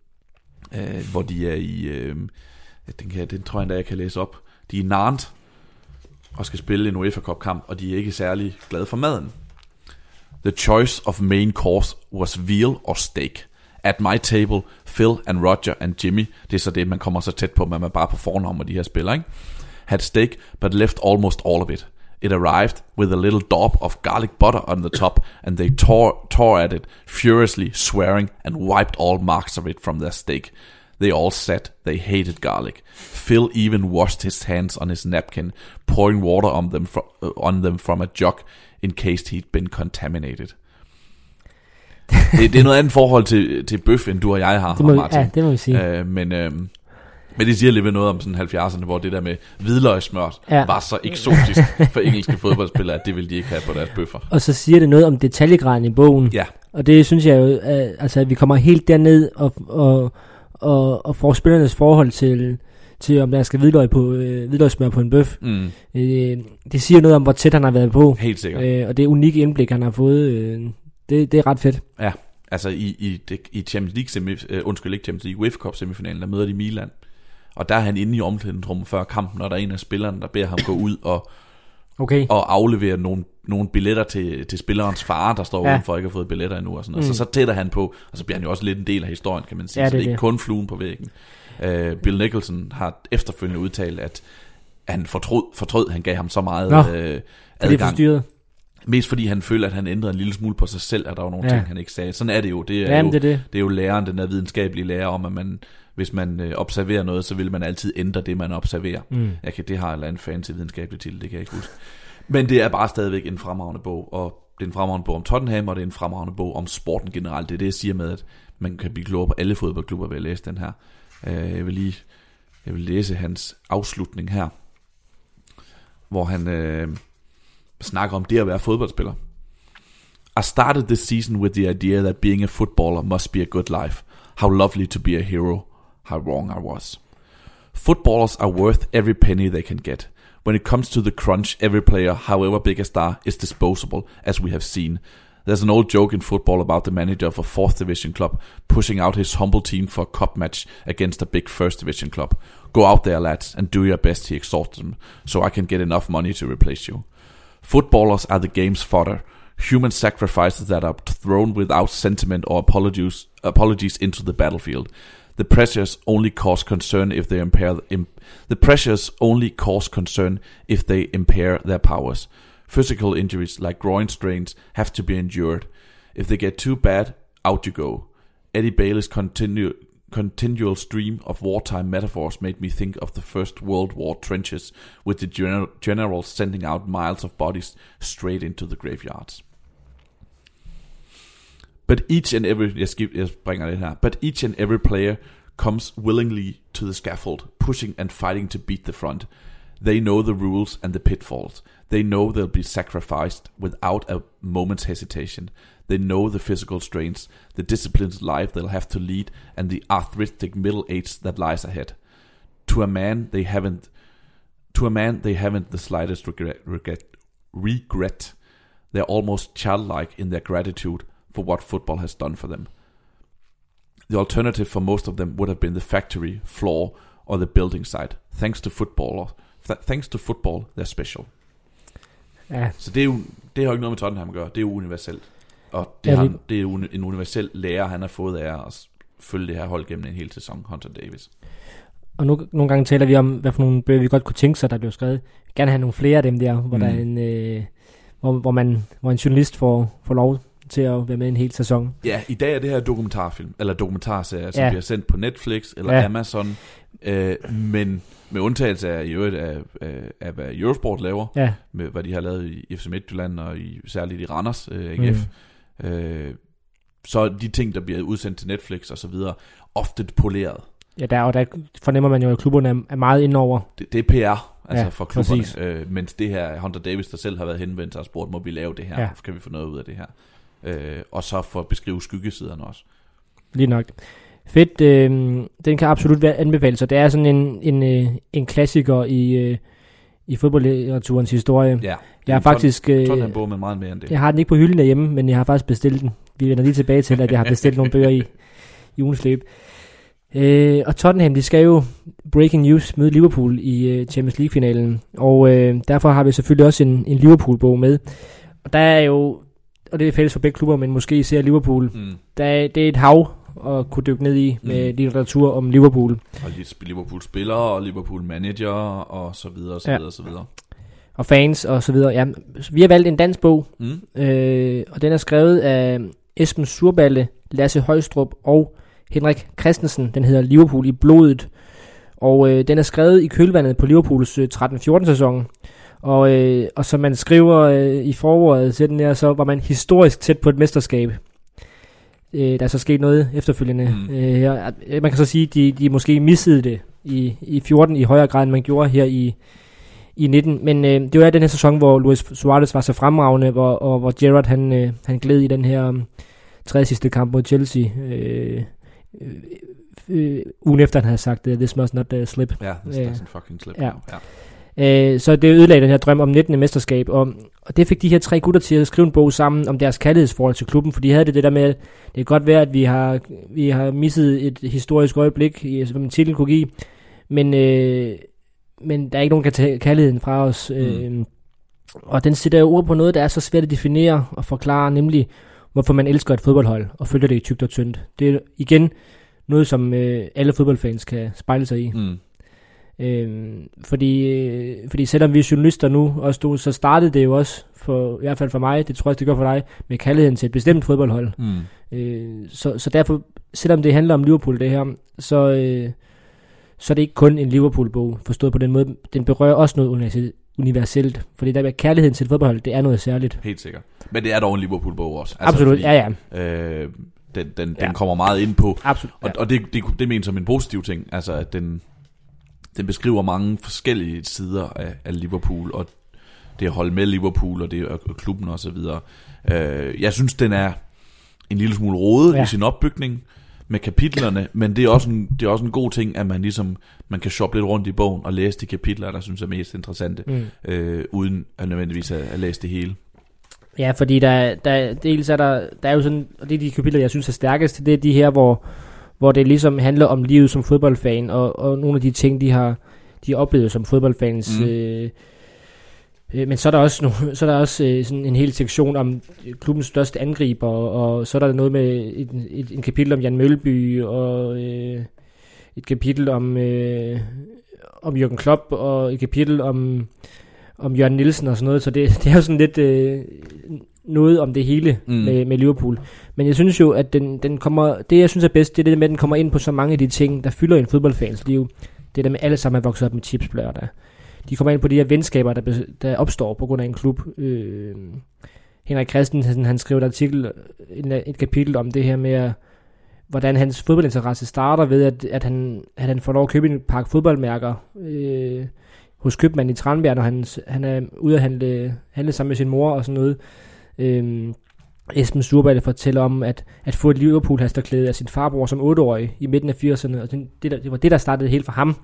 de er i, den tror jeg, jeg kan læse op. De er i Nantes og skal spille en UEFA Cup kamp, og de er ikke særlig glade for maden. The choice of main course was veal or steak. At my table, Phil and Roger and Jimmy, det er så det, man kommer så tæt på, men man bare på fornavn med de her spillere, ikke? Had steak, but left almost all of it. It arrived with a little daub of garlic butter on the top, and they tore at it, furiously swearing, and wiped all marks of it from their steak. They all said they hated garlic. Phil even washed his hands on his napkin, pouring water on them from a jug in case he'd been contaminated. Det er noget andet forhold til bøf, end du og jeg har, Martin. Ja, det må vi sige. Men det siger lidt noget om sådan 70'erne, hvor det der med hvidløgssmør var så eksotisk for engelske fodboldspillere, at det ville de ikke have på deres bøffer. Og så siger det noget om detaljegraden i bogen. Ja. Og det synes jeg jo, at vi kommer helt derned og får spillernes forhold til om der skal hvidløgssmør på en bøf. Det siger noget om, hvor tæt han har været på. Helt sikkert. Og det unikke indblik, han har fået, det er ret fedt. Ja, altså i Champions League, UEFA Cup semifinalen, der møder de Milan. Og der er han inde i omklædningsrummet før kampen, og der er en af spillerne, der beder ham gå ud og aflevere nogle billetter til spillerens far, der står udenfor ikke har fået billetter endnu, og sådan noget. Så tætter han på, og så bliver han jo også lidt en del af historien, kan man sige. Ja, så det er ikke kun fluen på væggen. Bill Nicholson har efterfølgende udtalt, at han fortrød, han gav ham så meget adgang. Mest fordi han føler, at han ændrede en lille smule på sig selv, at der var nogle ting, han ikke sagde. Sådan er det jo. Det er jo læren, den der videnskabelige lære om, at man, hvis man observerer noget, så vil man altid ændre det, man observerer. Det har en eller anden fancy videnskabelig til, det kan jeg ikke huske. Men det er bare stadigvæk en fremragende bog, og det er en fremragende bog om Tottenham, og det er en fremragende bog om sporten generelt. Det er det, jeg siger med, at man kan blive klogere på alle fodboldklubber ved at læse den her. Jeg vil læse hans afslutning her, hvor han snakker om det at være fodboldspiller. I started this season with the idea that being a footballer must be a good life. How lovely to be a hero. How wrong I was. Footballers are worth every penny they can get. When it comes to the crunch, every player, however big a star, is disposable, as we have seen. There's an old joke in football about the manager of a 4th division club pushing out his humble team for a cup match against a big 1st division club. Go out there, lads, and do your best, he exhorted them, so I can get enough money to replace you. Footballers are the game's fodder, human sacrifices that are thrown without sentiment or apologies into the battlefield. The pressures only cause concern if they impair their powers. Physical injuries like groin strains have to be endured. If they get too bad, out you go. Eddie Bailey's continual stream of wartime metaphors made me think of the First World War trenches, with the generals sending out miles of bodies straight into the graveyards. But each and every player comes willingly to the scaffold, pushing and fighting to beat the front. They know the rules and the pitfalls. They know they'll be sacrificed without a moment's hesitation. They know the physical strains, the disciplined life they'll have to lead, and the arthritic middle age that lies ahead. To a man, they haven't the slightest regret. They're almost childlike in their gratitude for what football has done for them. The alternative for most of them would have been the factory floor or the building site. Thanks to football, they're special. Ja. Så det har jo ikke noget med Tottenham at gøre. Det er jo universelt. Og det er jo en universel lære, han har fået af at følge det her hold gennem en hel sæson, Hunter Davis. Og nogle gange taler vi om, hvad for nogle bøger vi godt kunne tænke sig, der blev skrevet. Gerne have nogle flere af dem der, hvor der er en, hvor en journalist får lov til at være med en hel sæson. Ja, i dag er det her dokumentarfilm, eller dokumentarserie, som bliver sendt på Netflix eller Amazon, men med undtagelse af i øvrigt af hvad Eurosport laver, med hvad de har lavet i FC Midtjylland og særligt i Randers AGF, så de ting, der bliver udsendt til Netflix og så videre, ofte poleret. Ja, der fornemmer man jo, at klubberne er meget indover. Det er PR, altså for klubberne, mens det her Hunter Davis, der selv har været henvendt sig og spurgt, må vi lave det her, kan vi få noget ud af det her? Og så for at beskrive skyggesiderne også. Lige nok. Fedt, den kan absolut være anbefalet, så det er sådan en klassiker i fodboldlitteraturens historie. Ja, jeg har faktisk en bog med meget mere end det. Jeg har den ikke på hylden derhjemme, men jeg har faktisk bestilt den. Vi vender lige tilbage til, at jeg har bestilt nogle bøger i ugens løb. Og Tottenham, de skal jo breaking news møde Liverpool i Champions League-finalen, og derfor har vi selvfølgelig også en Liverpool-bog med. Og der er jo, og det er fælles for begge klubber, men måske især Liverpool, det er et hav at kunne dykke ned i med litteratur om Liverpool. Og Liverpool-spillere og Liverpool-manager og så videre, og så videre, og så videre. Og fans og så videre. Ja, vi har valgt en dansk bog, og den er skrevet af Esben Surballe, Lasse Højstrup og Henrik Christensen. Den hedder Liverpool i blodet, og den er skrevet i kølvandet på Liverpools 13-14 sæson. Og som man skriver i forordet til den der, så var man historisk tæt på et mesterskab. Der er så sket noget efterfølgende. Man kan så sige, at de måske missede det i 14 i højere grad, end man gjorde her i 19. Men det var den her sæson, hvor Luis Suarez var så fremragende, og hvor Gerrard han gled i den her tredje sidste kamp mod Chelsea. Ugen efter han havde sagt, this must not slip. Ja, this doesn't fucking slip. Ja. Så det ødelagde den her drøm om 19. mesterskab, og det fik de her tre gutter til at skrive en bog sammen om deres kærlighedsforhold til klubben, for de havde det der med, at det kan godt være, at vi har misset et historisk øjeblik, som en titel kunne give, men der er ikke nogen, der kan tage kærligheden fra os. Og den sætter jo ord på noget, der er så svært at definere og forklare, nemlig hvorfor man elsker et fodboldhold og følger det i tykt og tyndt. Det er igen noget, som alle fodboldfans kan spejle sig i. Fordi selvom vi er journalister nu, også så startede det jo også, i hvert fald for mig, det tror jeg det gør for dig, med kærligheden til et bestemt fodboldhold. Så derfor, selvom det handler om Liverpool det her, så er det ikke kun en Liverpool-bog, forstået på den måde. Den berører også noget universelt, fordi der med kærligheden til et fodboldhold, det er noget særligt. Helt sikkert. Men det er dog en Liverpool-bog også. Altså, absolut, fordi, ja. Den kommer meget ind på, absolut, ja. Og det mener som en positiv ting, altså at den beskriver mange forskellige sider af Liverpool, og det at holde med Liverpool, og det og klubben og så videre. Jeg synes, den er en lille smule rodet i sin opbygning med kapitlerne, men det er også en god ting, at man ligesom man kan shoppe lidt rundt i bogen og læse de kapitler, der synes er mest interessante, uden at nødvendigvis at læse det hele. Ja, fordi der dels er der er jo sådan, og det er de kapitler, jeg synes er stærkest, det er de her, hvor det ligesom handler om livet som fodboldfan, og nogle af de ting, de har oplevet som fodboldfans. Men så er der også sådan en hel sektion om klubbens største angriber, og så er der noget med en kapitel om Jan Mølby, og et kapitel om Jürgen Klopp, og et kapitel om Jørgen Nielsen og sådan noget, så det er jo sådan lidt noget om det hele med Liverpool. Men jeg synes jo, at den kommer, det jeg synes er bedst, det er det med, at den kommer ind på så mange af de ting, der fylder en fodboldfans liv. Det der med alle sammen er vokset op med chipsblører der. De kommer ind på de her venskaber, der opstår på grund af en klub. Henrik Christensen, han skrev et kapitel om det her med, hvordan hans fodboldinteresse starter ved, at han får lov at købe en pakke fodboldmærker hos købmanden i Tranbjerg, når han er ude at handle sammen med sin mor og sådan noget. Esben Surballe fortæller om, at få et Liverpool-halsterklæde af sin farbror som 8-årig i midten af 80'erne, og det var det, der startede helt for ham.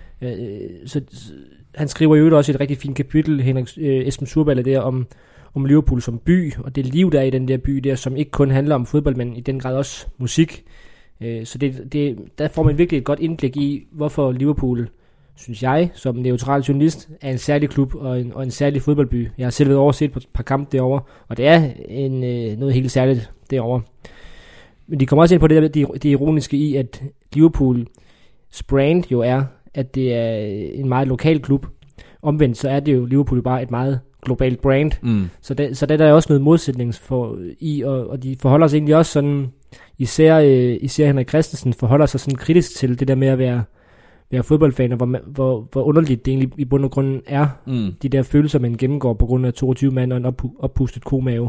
Så han skriver jo også et rigtig fint kapitel, Esben Surballe, der om Liverpool som by, og det liv, der er i den der by der, som ikke kun handler om fodbold, men i den grad også musik. Så der får man virkelig et godt indblik i, hvorfor Liverpool, synes jeg, som neutral journalist, er en særlig klub og en særlig fodboldby. Jeg har selv været overset på et par kampe derovre, og det er noget helt særligt derovre. Men de kommer også ind på det ironiske i, at Liverpools brand jo er, at det er en meget lokal klub. Omvendt så er det jo Liverpool bare et meget globalt brand. Så der er der også noget modsætning i, og de forholder sig egentlig også sådan, især Henrik Christensen forholder sig sådan kritisk til det der med at være fodboldfan, og hvor underligt det egentlig i bund og grund er, de der følelser, man gennemgår på grund af 22 mand og en oppustet komave.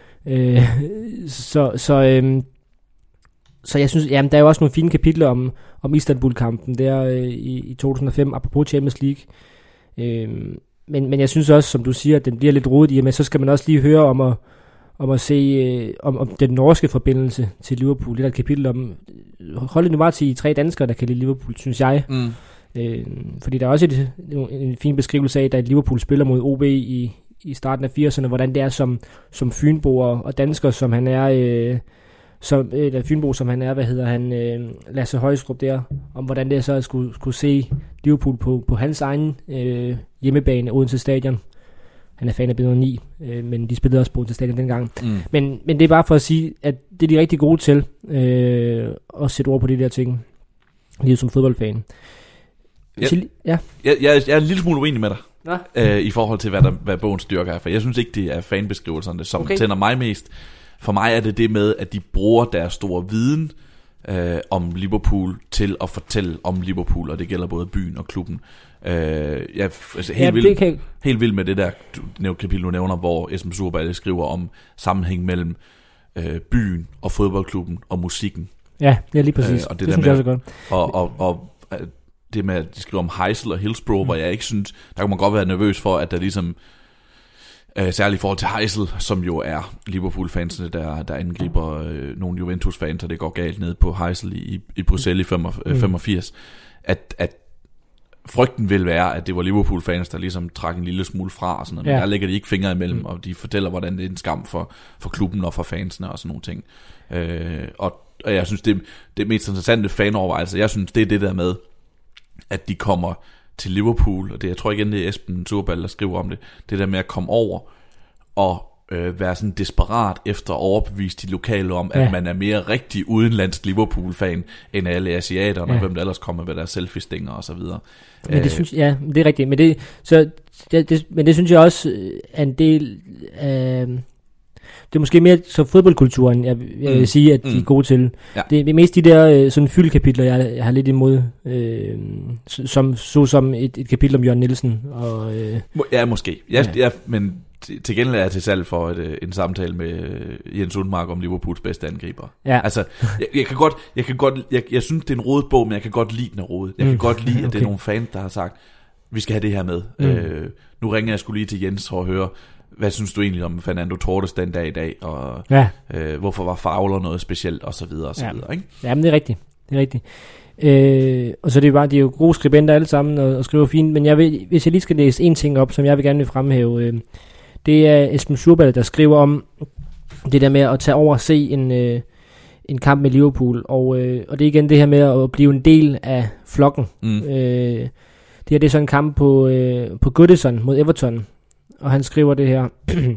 Så jeg synes, jamen, der er jo også nogle fine kapitler om Istanbul-kampen der i 2005, apropos Champions League. Men jeg synes også, som du siger, at den bliver lidt rodet i, men så skal man også lige høre om at se om den norske forbindelse til Liverpool. Det er et kapitel om, hold det nu bare til 3 danskere, der kan lide Liverpool, synes jeg. Fordi der er også en fin beskrivelse af, da Liverpool spiller mod OB i starten af 80'erne, hvordan det er som fynboer og dansker, som han er... Fynbo, som han er, Lasse Højstrup der, om hvordan det er så at skulle se Liverpool på hans egen hjemmebane, Odense Stadion. Han er fan af B9, men de spillede også på Odense Stadion dengang. Men det er bare for at sige, at det er de rigtig gode til at sætte ord på de der ting, lige som fodboldfan. Jeg er en lille smule uenig med dig, i forhold til, hvad bogens styrke er, for jeg synes ikke, det er fanbeskrivelserne, som tænder mig mest. For mig er det med, at de bruger deres store viden om Liverpool til at fortælle om Liverpool, og det gælder både byen og klubben. Jeg er helt vild med det der kapitel, du nævner, hvor Esben Surballe skriver om sammenhæng mellem byen og fodboldklubben og musikken. Ja, det er lige præcis. Og det synes jeg også godt. Og det med, at de skriver om Heysel og Hillsborough, hvor jeg ikke synes, der kan man godt være nervøs for, at der ligesom... særligt i forhold til Heysel, som jo er Liverpool-fansene, der angriber nogle Juventus-fans, og det går galt ned på Heysel i Bruxelles i 85, at frygten vil være, at det var Liverpool-fans, der ligesom trak en lille smule fra, og sådan noget. Men der lægger de ikke fingre imellem, og de fortæller, hvordan det er en skam for klubben og for fansene og sådan nogle ting. Og jeg synes, det mest interessante fanovervejelse, jeg synes, det er det der med, at de kommer til Liverpool, og det, jeg tror igen, det er Esben Turball, der skriver om det, det der med at komme over og være sådan desperat efter at overbevise de lokale om, at man er mere rigtig udenlandsk Liverpool-fan, end alle asiaterne, og hvem der ellers kommer med deres selfie-stinger og så videre. Men det synes, det er rigtigt, men det synes jeg også er en del af... Det er måske mere så fodboldkulturen, jeg vil sige, at de er gode til. Ja. Det er mest de der sådan fyldkapitler, jeg har lidt imod, som et kapitel om Jørgen Nielsen. Og, ja, måske. Ja, men til gengæld er jeg til salg for en samtale med Jens Undmark om Liverpools bedste angriber. Ja. Altså, jeg synes, det er en rodet bog, men jeg kan godt lide den rodet. Jeg kan godt lide, at det er nogle fans, der har sagt, vi skal have det her med. Nu ringer jeg sgu lige til Jens for at høre, hvad synes du egentlig om Fernando Torres den dag i dag, og hvorfor var Fowler noget specielt, og så videre, og så videre, ikke? Jamen, det er rigtigt. Det er rigtigt. Og så er det bare, de er jo gode skribenter alle sammen, og skriver fint, men hvis jeg lige skal læse en ting op, som jeg vil gerne vil fremhæve, det er Esben Turball, der skriver om det der med at tage over og se en kamp med Liverpool, og det er igen det her med at blive en del af flokken. Det er sådan en kamp på Goodison mod Everton, og han skriver det her.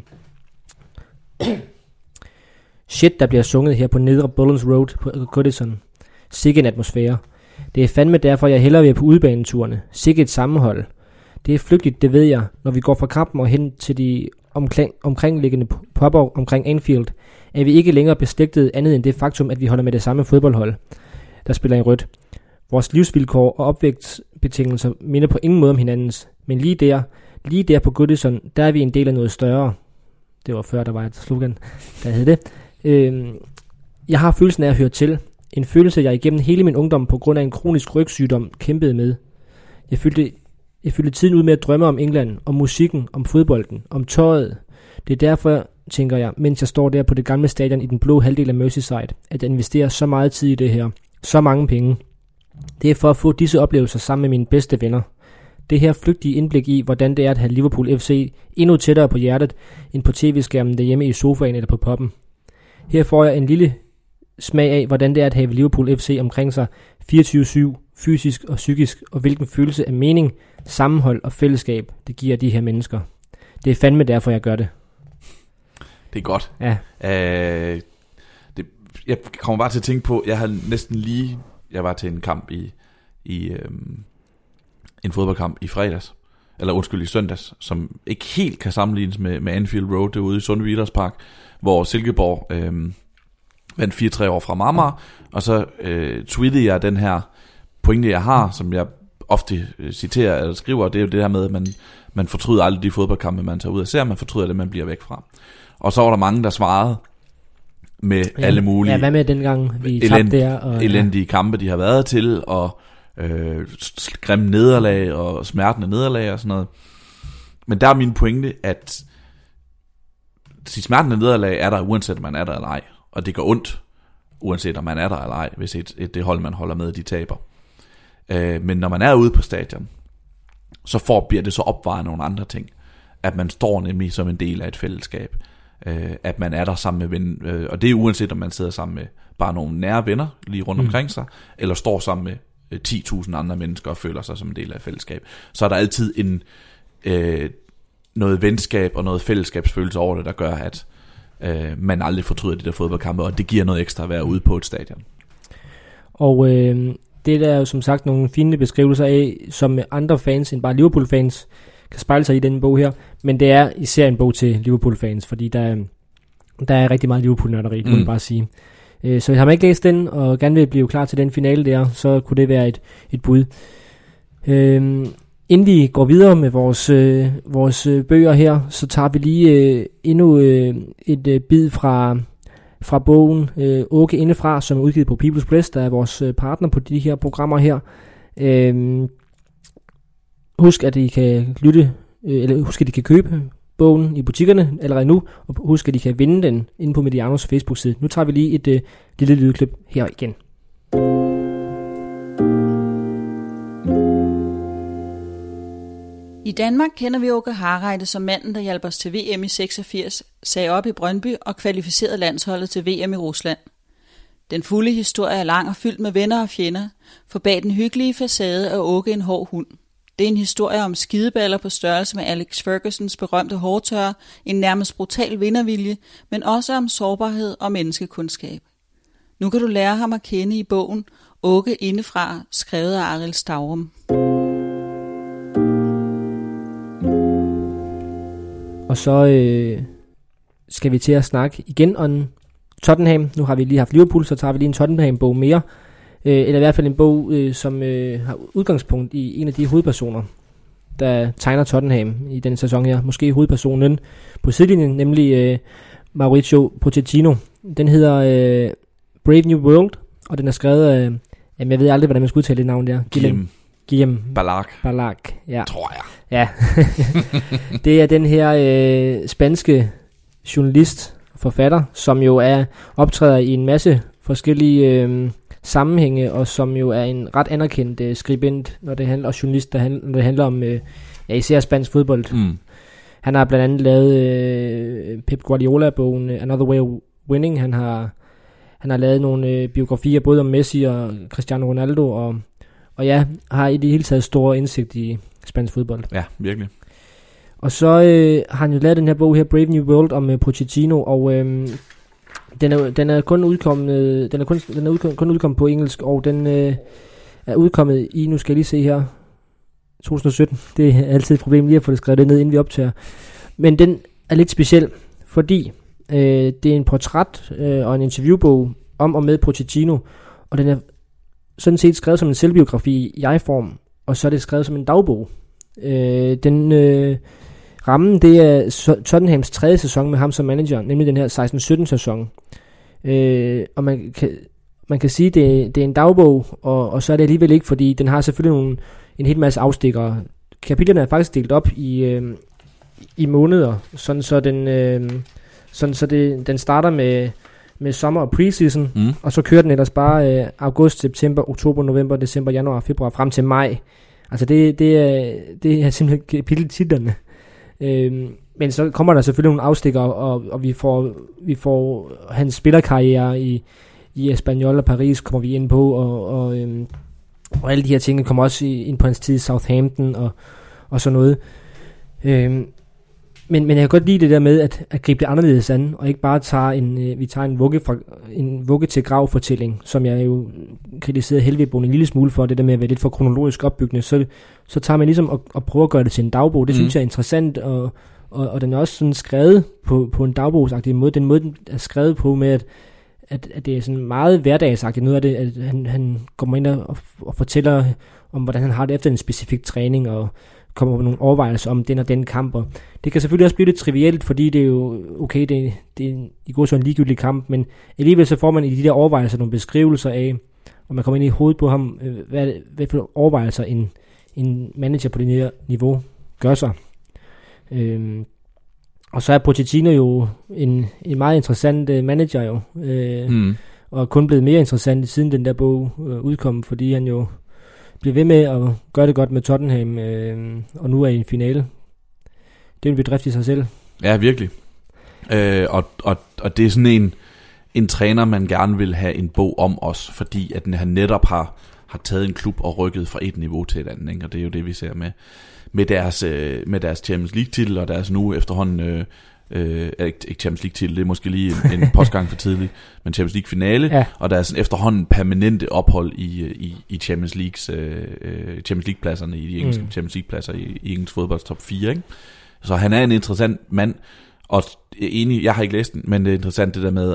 Shit, der bliver sunget her på Nedre Bullens Road på Goodison. Sikke en atmosfære. Det er fandme derfor, jeg hellere vil på udebaneturene. Sikke et sammenhold. Det er flygtigt, det ved jeg. Når vi går fra kampen og hen til de omkringliggende pubber omkring Anfield, er vi ikke længere beslægtet andet end det faktum, at vi holder med det samme fodboldhold, der spiller i rødt. Vores livsvilkår og opvækstbetingelser minder på ingen måde om hinandens, men lige der på Goodison, der er vi en del af noget større. Det var før, der var et slogan, der hed det. Jeg har følelsen af at høre til. En følelse, jeg igennem hele min ungdom på grund af en kronisk rygsygdom kæmpede med. Jeg fyldte tiden ud med at drømme om England, om musikken, om fodbolden, om tøjet. Det er derfor, tænker jeg, mens jeg står der på det gamle stadion i den blå halvdel af Merseyside, at jeg investerer så meget tid i det her. Så mange penge. Det er for at få disse oplevelser sammen med mine bedste venner. Det her flygtige indblik i, hvordan det er at have Liverpool FC endnu tættere på hjertet, end på tv-skærmen derhjemme i sofaen eller på poppen. Her får jeg en lille smag af, hvordan det er at have Liverpool FC omkring sig 24/7, fysisk og psykisk, og hvilken følelse af mening, sammenhold og fællesskab, det giver de her mennesker. Det er fandme derfor, jeg gør det. Det er godt. Ja. Jeg kommer bare til at tænke på, jeg var til en kamp i en fodboldkamp i fredags, i søndags, som ikke helt kan sammenlignes med Anfield Road derude i Sundby Idrætspark, hvor Silkeborg vandt 4-3 år fra Marmar, og så tweetede jeg den her pointe, jeg har, som jeg ofte citerer eller skriver, det er jo det her med, at man fortryder aldrig de fodboldkampe, man tager ud og ser, man fortryder det, man bliver væk fra. Og så var der mange, der svarede med alle mulige hvad med dengang vi tabte der? Og, elendige kampe, de har været til, og grimme nederlag og smertende nederlag og sådan noget. Men der er min pointe, at de smertende nederlag er der, uanset om man er der eller ej. Og det går ondt, uanset om man er der eller ej, hvis det hold, man holder med, de taber. Men når man er ude på stadion, så bliver det så opvejet nogle andre ting. At man står nemlig som en del af et fællesskab. At man er der sammen med venner. Og det er uanset om man sidder sammen med bare nogle nære venner lige rundt omkring sig, eller står sammen med 10.000 andre mennesker og føler sig som en del af et fællesskab. Så er der altid noget venskab og noget fællesskabsfølelse over det, der gør, at man aldrig fortryder de der fodboldkampe, og det giver noget ekstra at være ude på et stadion. Og det der er jo som sagt nogle fine beskrivelser af, som andre fans end bare Liverpool-fans kan spejle sig i den bog her, men det er især en bog til Liverpool-fans, fordi der er rigtig meget Liverpool-nørderi, det må man bare sige. Så har man ikke læst den, og gerne vil blive klar til den finale der, så kunne det være et bud. Inden vi går videre med vores bøger her, så tager vi lige endnu et bid fra bogen Åke Indefra, som er udgivet på People's Press, der er vores partner på de her programmer her. Husk, at I kan husk, at I kan købe bogen i butikkerne allerede nu, og husk, at I kan vinde den inde på Medianos Facebook-side. Nu tager vi lige et lille lydklip her igen. I Danmark kender vi Åke Hareide som manden, der hjalp os til VM i 86, sagde op i Brøndby og kvalificerede landsholdet til VM i Rusland. Den fulde historie er lang og fyldt med venner og fjender, for bag den hyggelige facade er Åke en hård hund. Det er en historie om skideballer på størrelse med Alex Fergusons berømte hårtørre, en nærmest brutal vindervilje, men også om sårbarhed og menneskekundskab. Nu kan du lære ham at kende i bogen Åke indefra, skrevet af Arild Stavrum. Og så skal vi til at snakke igen om Tottenham. Nu har vi lige haft Liverpool, så tager vi lige en Tottenham-bog mere. Eller i hvert fald en bog, som har udgangspunkt i en af de hovedpersoner, der tegner Tottenham i denne sæson her. Måske hovedpersonen på sidelinjen, nemlig Mauricio Pochettino. Den hedder Brave New World, og den er skrevet af, jeg ved aldrig, hvordan man skal udtale det navn der. Guillem Ballack, ja. Tror jeg. Ja. Det er den her spanske journalist, forfatter, som jo optræder i en masse forskellige sammenhænge, og som jo er en ret anerkendt skribent, når det handler om journalist, når det handler om især spansk fodbold. Han har blandt andet lavet Pep Guardiola-bogen Another Way of Winning. Han har lavet nogle biografier både om Messi og Cristiano Ronaldo, og ja, har i det hele taget stor indsigt i spansk fodbold. Ja, virkelig. Og så har han jo lavet den her bog her, Brave New World, om Pochettino, og den er kun udkommet, kun udkommet på engelsk, og den er udkommet i, nu skal jeg lige se her, 2017. Det er altid et problem lige at få det skrevet ned, inden vi optager. Men den er lidt speciel, fordi det er en portræt og en interviewbog om og med Pochettino, og den er sådan set skrevet som en selvbiografi i jeg-form, og så er det skrevet som en dagbog. Rammen, det er Tottenhams 3. sæson med ham som manager, nemlig den her 16-17 sæson. Og man kan sige, det er en dagbog, og så er det alligevel ikke, fordi den har selvfølgelig en hel masse afstikkere. Kapitlerne er faktisk delt op i måneder, sådan så den starter med sommer og preseason, og så kører den ellers bare august, september, oktober, november, december, januar, februar, frem til maj. Altså det er simpelthen kapiteltitlerne. Men så kommer der selvfølgelig nogle afstikker, og vi får hans spillerkarriere i Espanyol og Paris kommer vi ind på, og alle de her ting kommer også ind på hans tid i Southampton og sådan noget. Men jeg kan godt lide det der med at gribe det anderledes an, og ikke bare tager en vugge til grav fortælling, som jeg jo kritiserede Helvebogen en lille smule for, det der med at være lidt for kronologisk opbyggende. Så tager man ligesom at prøve at gøre det til en dagbog. Det synes jeg er interessant, og den er også sådan skrevet på en dagbogsagtig måde. Den måde, den er skrevet på med, at det er sådan meget hverdagsagtigt. Noget af det, at han kommer ind og fortæller om, hvordan han har det efter en specifik træning, og kommer på nogle overvejelser om den og den kamp. Og det kan selvfølgelig også blive lidt trivielt, fordi det er jo, okay, det er i går så en ligegyldig kamp, men alligevel så får man i de der overvejelser nogle beskrivelser af, og man kommer ind i hovedet på ham, hvad for overvejelser en manager på det her niveau gør sig. Og så er Pochettino jo en meget interessant manager jo, og er kun blevet mere interessant siden den der bog udkom, fordi han jo bliver ved med at gøre det godt med Tottenham, og nu er i en finale. Det er en bedrift i sig selv. Ja, virkelig. Og det er sådan en træner, man gerne vil have en bog om os, fordi at han netop har taget en klub og rykket fra et niveau til et andet, ikke? Og det er jo det, vi ser med deres Champions League-titel, og deres nu efterhånden, ikke Champions League-titel, det er måske lige en postgang for tidligt, men Champions League-finale, ja. Og deres efterhånden permanente ophold i Champions League-pladserne, i de engelske Champions League-pladser i engelsk fodbolds top 4, ikke? Så han er en interessant mand, og enig, jeg har ikke læst den, men det er interessant det der med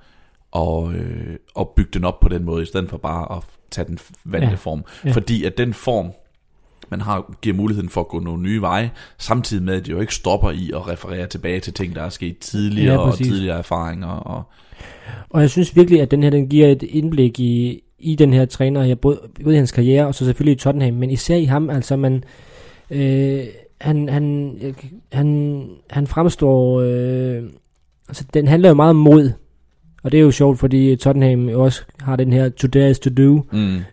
at bygge den op på den måde, i stedet for bare at tage den vante form. Ja. Fordi at den form, man giver muligheden for at gå nogle nye veje, samtidig med, at det jo ikke stopper i at referere tilbage til ting, der er sket tidligere, og tidligere erfaringer. Og jeg synes virkelig, at den her, den giver et indblik i den her træner, her, både i hans karriere, og så selvfølgelig i Tottenham, men især i ham, altså han fremstår, altså den handler jo meget om mod, og det er jo sjovt, fordi Tottenham også har den her today is to do,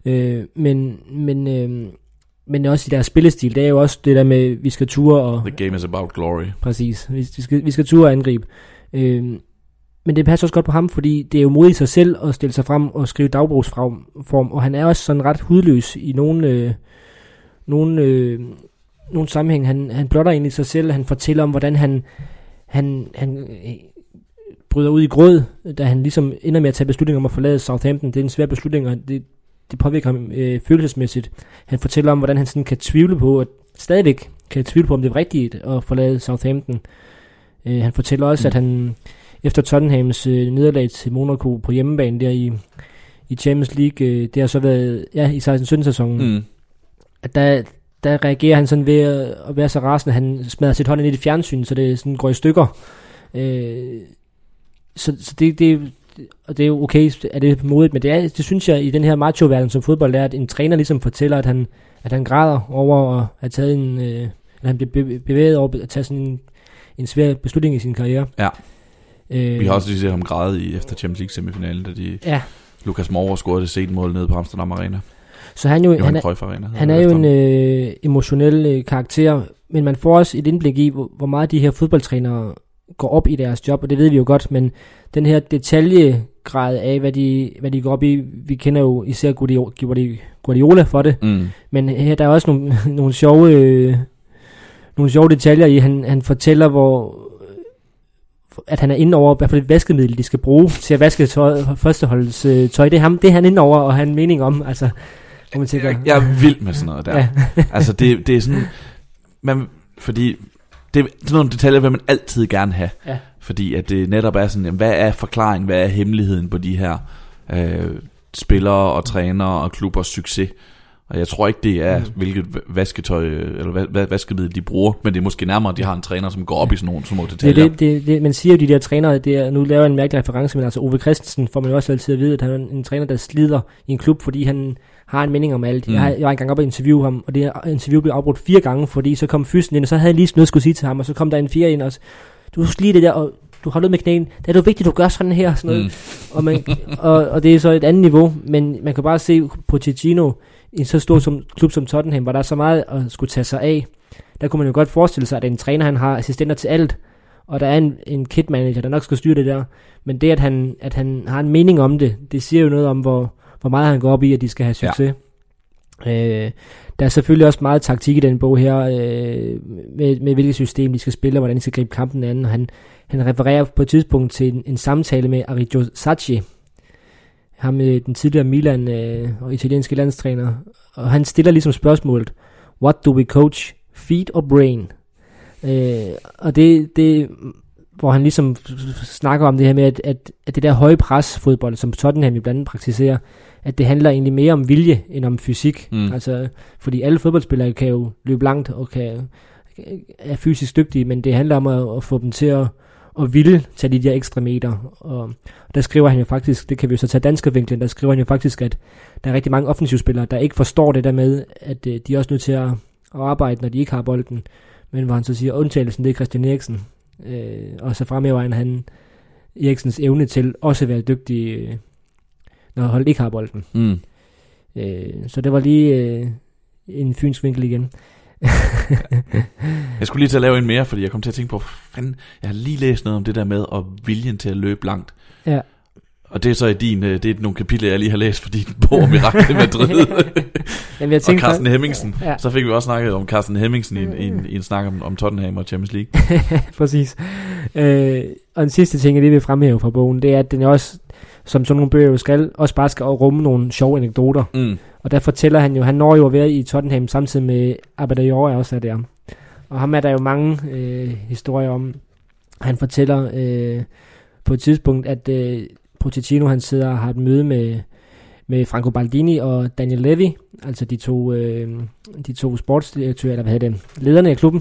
men også i deres spillestil, det er jo også det der med, vi skal ture og... The game is about glory. Præcis, vi skal ture og angribe. Men det passer også godt på ham, fordi det er jo modigt i sig selv at stille sig frem og skrive dagbogsform, og han er også sådan ret hudløs i nogle nogle sammenhæng. Han blotter egentlig sig selv. Han fortæller om, hvordan han bryder ud i gråd, da han ligesom ender med at tage beslutninger om at forlade Southampton. Det er en svær beslutning, og det påvirker ham følelsesmæssigt. Han fortæller om, hvordan han sådan kan tvivle på, at stadigvæk kan tvivle på, om det er rigtigt at forlade Southampton. Han fortæller også, at han efter Tottenhams nederlag til Monaco på hjemmebane der i Champions League, det har så været i 16-17 sæsonen, at der reagerer han sådan ved at være så rasende, han smadrer sit hånd ind i det fjernsyn, så det sådan går i stykker. Så det er jo okay, at det er modigt, men det synes jeg i den her macho-verden som fodbold er, at en træner ligesom fortæller, at han græder over at have taget at han bliver bevæget over at tage sådan en svær beslutning i sin karriere. Ja. Vi har også lige set ham græde efter Champions League semifinalen, da Lucas Moura scorede det sent mål nede på Amsterdam Arena. Så han er jo en emotionel karakter, men man får også et indblik i, hvor meget de her fodboldtrænere går op i deres job, og det ved vi jo godt, men den her detaljegrad af, hvad de går op i, vi kender jo især Guardiola for det, men her der er også nogle sjove detaljer i, han fortæller, at han er inde over, i hvert fald et vaskemiddel, de skal bruge til at vaske førsteholdets tøj. Det er han inde over, og har en mening om, altså, hvor man tænker... Jeg er vild med sådan noget der. Ja. Altså, det er sådan... fordi det er sådan nogle detaljer, vil man altid gerne have. Ja. Fordi at det netop er sådan, hvad er forklaringen, hvad er hemmeligheden på de her spillere og trænere og klubbers succes? Og jeg tror ikke, det er, hvilket vasketøj eller vaskemiddel de bruger, men det er måske nærmere, at de har en træner, som går op i sådan nogle små detaljer. Det, man siger jo, de der trænere, nu laver jeg en mærkelig reference, men altså Ove Christensen får man jo også altid at vide, at han er en træner, der slider i en klub, fordi han har en mening om alt. Jeg var engang oppe og interviewe ham, og det interview blev afbrudt 4 gange, fordi så kom fysen ind, og så havde jeg lige noget at skulle sige til ham, og så kom der en 4 ind, og du husker lige det der, og du har noget med knæen, det er jo vigtigt, du gør sådan her, sådan noget. Og det er så et andet niveau, men man kan bare se Pochettino, i en så stor klub som Tottenham, hvor der er så meget at skulle tage sig af, der kunne man jo godt forestille sig, at en træner, han har assistenter til alt, og der er en kit manager, der nok skal styre det der, men det, at han har en mening om det, det siger jo noget om, hvor meget han går op i, at de skal have succes. Ja. Der er selvfølgelig også meget taktik i den bog her, med hvilket system de skal spille, og hvordan de skal gribe kampen an, og han refererer på et tidspunkt til en samtale med Arrigo Sacchi, ham den tidligere Milan og italienske landstræner, og han stiller ligesom spørgsmålet, what do we coach, feet or brain? Og det hvor han ligesom snakker om det her med, at det der høje pres fodbold, som Tottenham jo blandt andet praktiserer, at det handler egentlig mere om vilje end om fysik. Altså, fordi alle fodboldspillere kan jo løbe langt og er fysisk dygtige, men det handler om at få dem til at ville tage de der ekstra meter. Og der skriver han jo faktisk, det kan vi jo så tage danskervinklen, der skriver han jo faktisk, at der er rigtig mange offensivspillere, der ikke forstår det der med, at de er også nødt til at arbejde, når de ikke har bolden. Men hvor han så siger, undtagelsen, det er Christian Eriksen. Og så fremhæver han Eriksens evne til også at være dygtig, når holdet ikke har bolden. Så det var lige en fynsk vinkel igen. Jeg skulle lige til at lave en mere, fordi jeg kom til at tænke på, fanden, jeg har lige læst noget om det der med og viljen til at løbe langt. Ja. Og det er så i det er nogle kapitler, jeg lige har læst, fordi den bog om Mirakel i Madrid. Jamen, og Carsten Hemmingsen. Ja. Så fik vi også snakket om Carsten Hemmingsen i en snak om Tottenham og Champions League. Præcis. Og den sidste ting, jeg lige vil fremhæve fra bogen, det er, at den også, som sådan nogle bøger skal rumme nogle sjove anekdoter. Og der fortæller han jo, han når jo at være i Tottenham samtidig med Adebayor også er der. Og ham er der jo mange historier om. Han fortæller på et tidspunkt, at Pochettino han sidder og har et møde med Franco Baldini og Daniel Levy, altså de to sportsdirektører, eller hvad hedder det, lederne af klubben,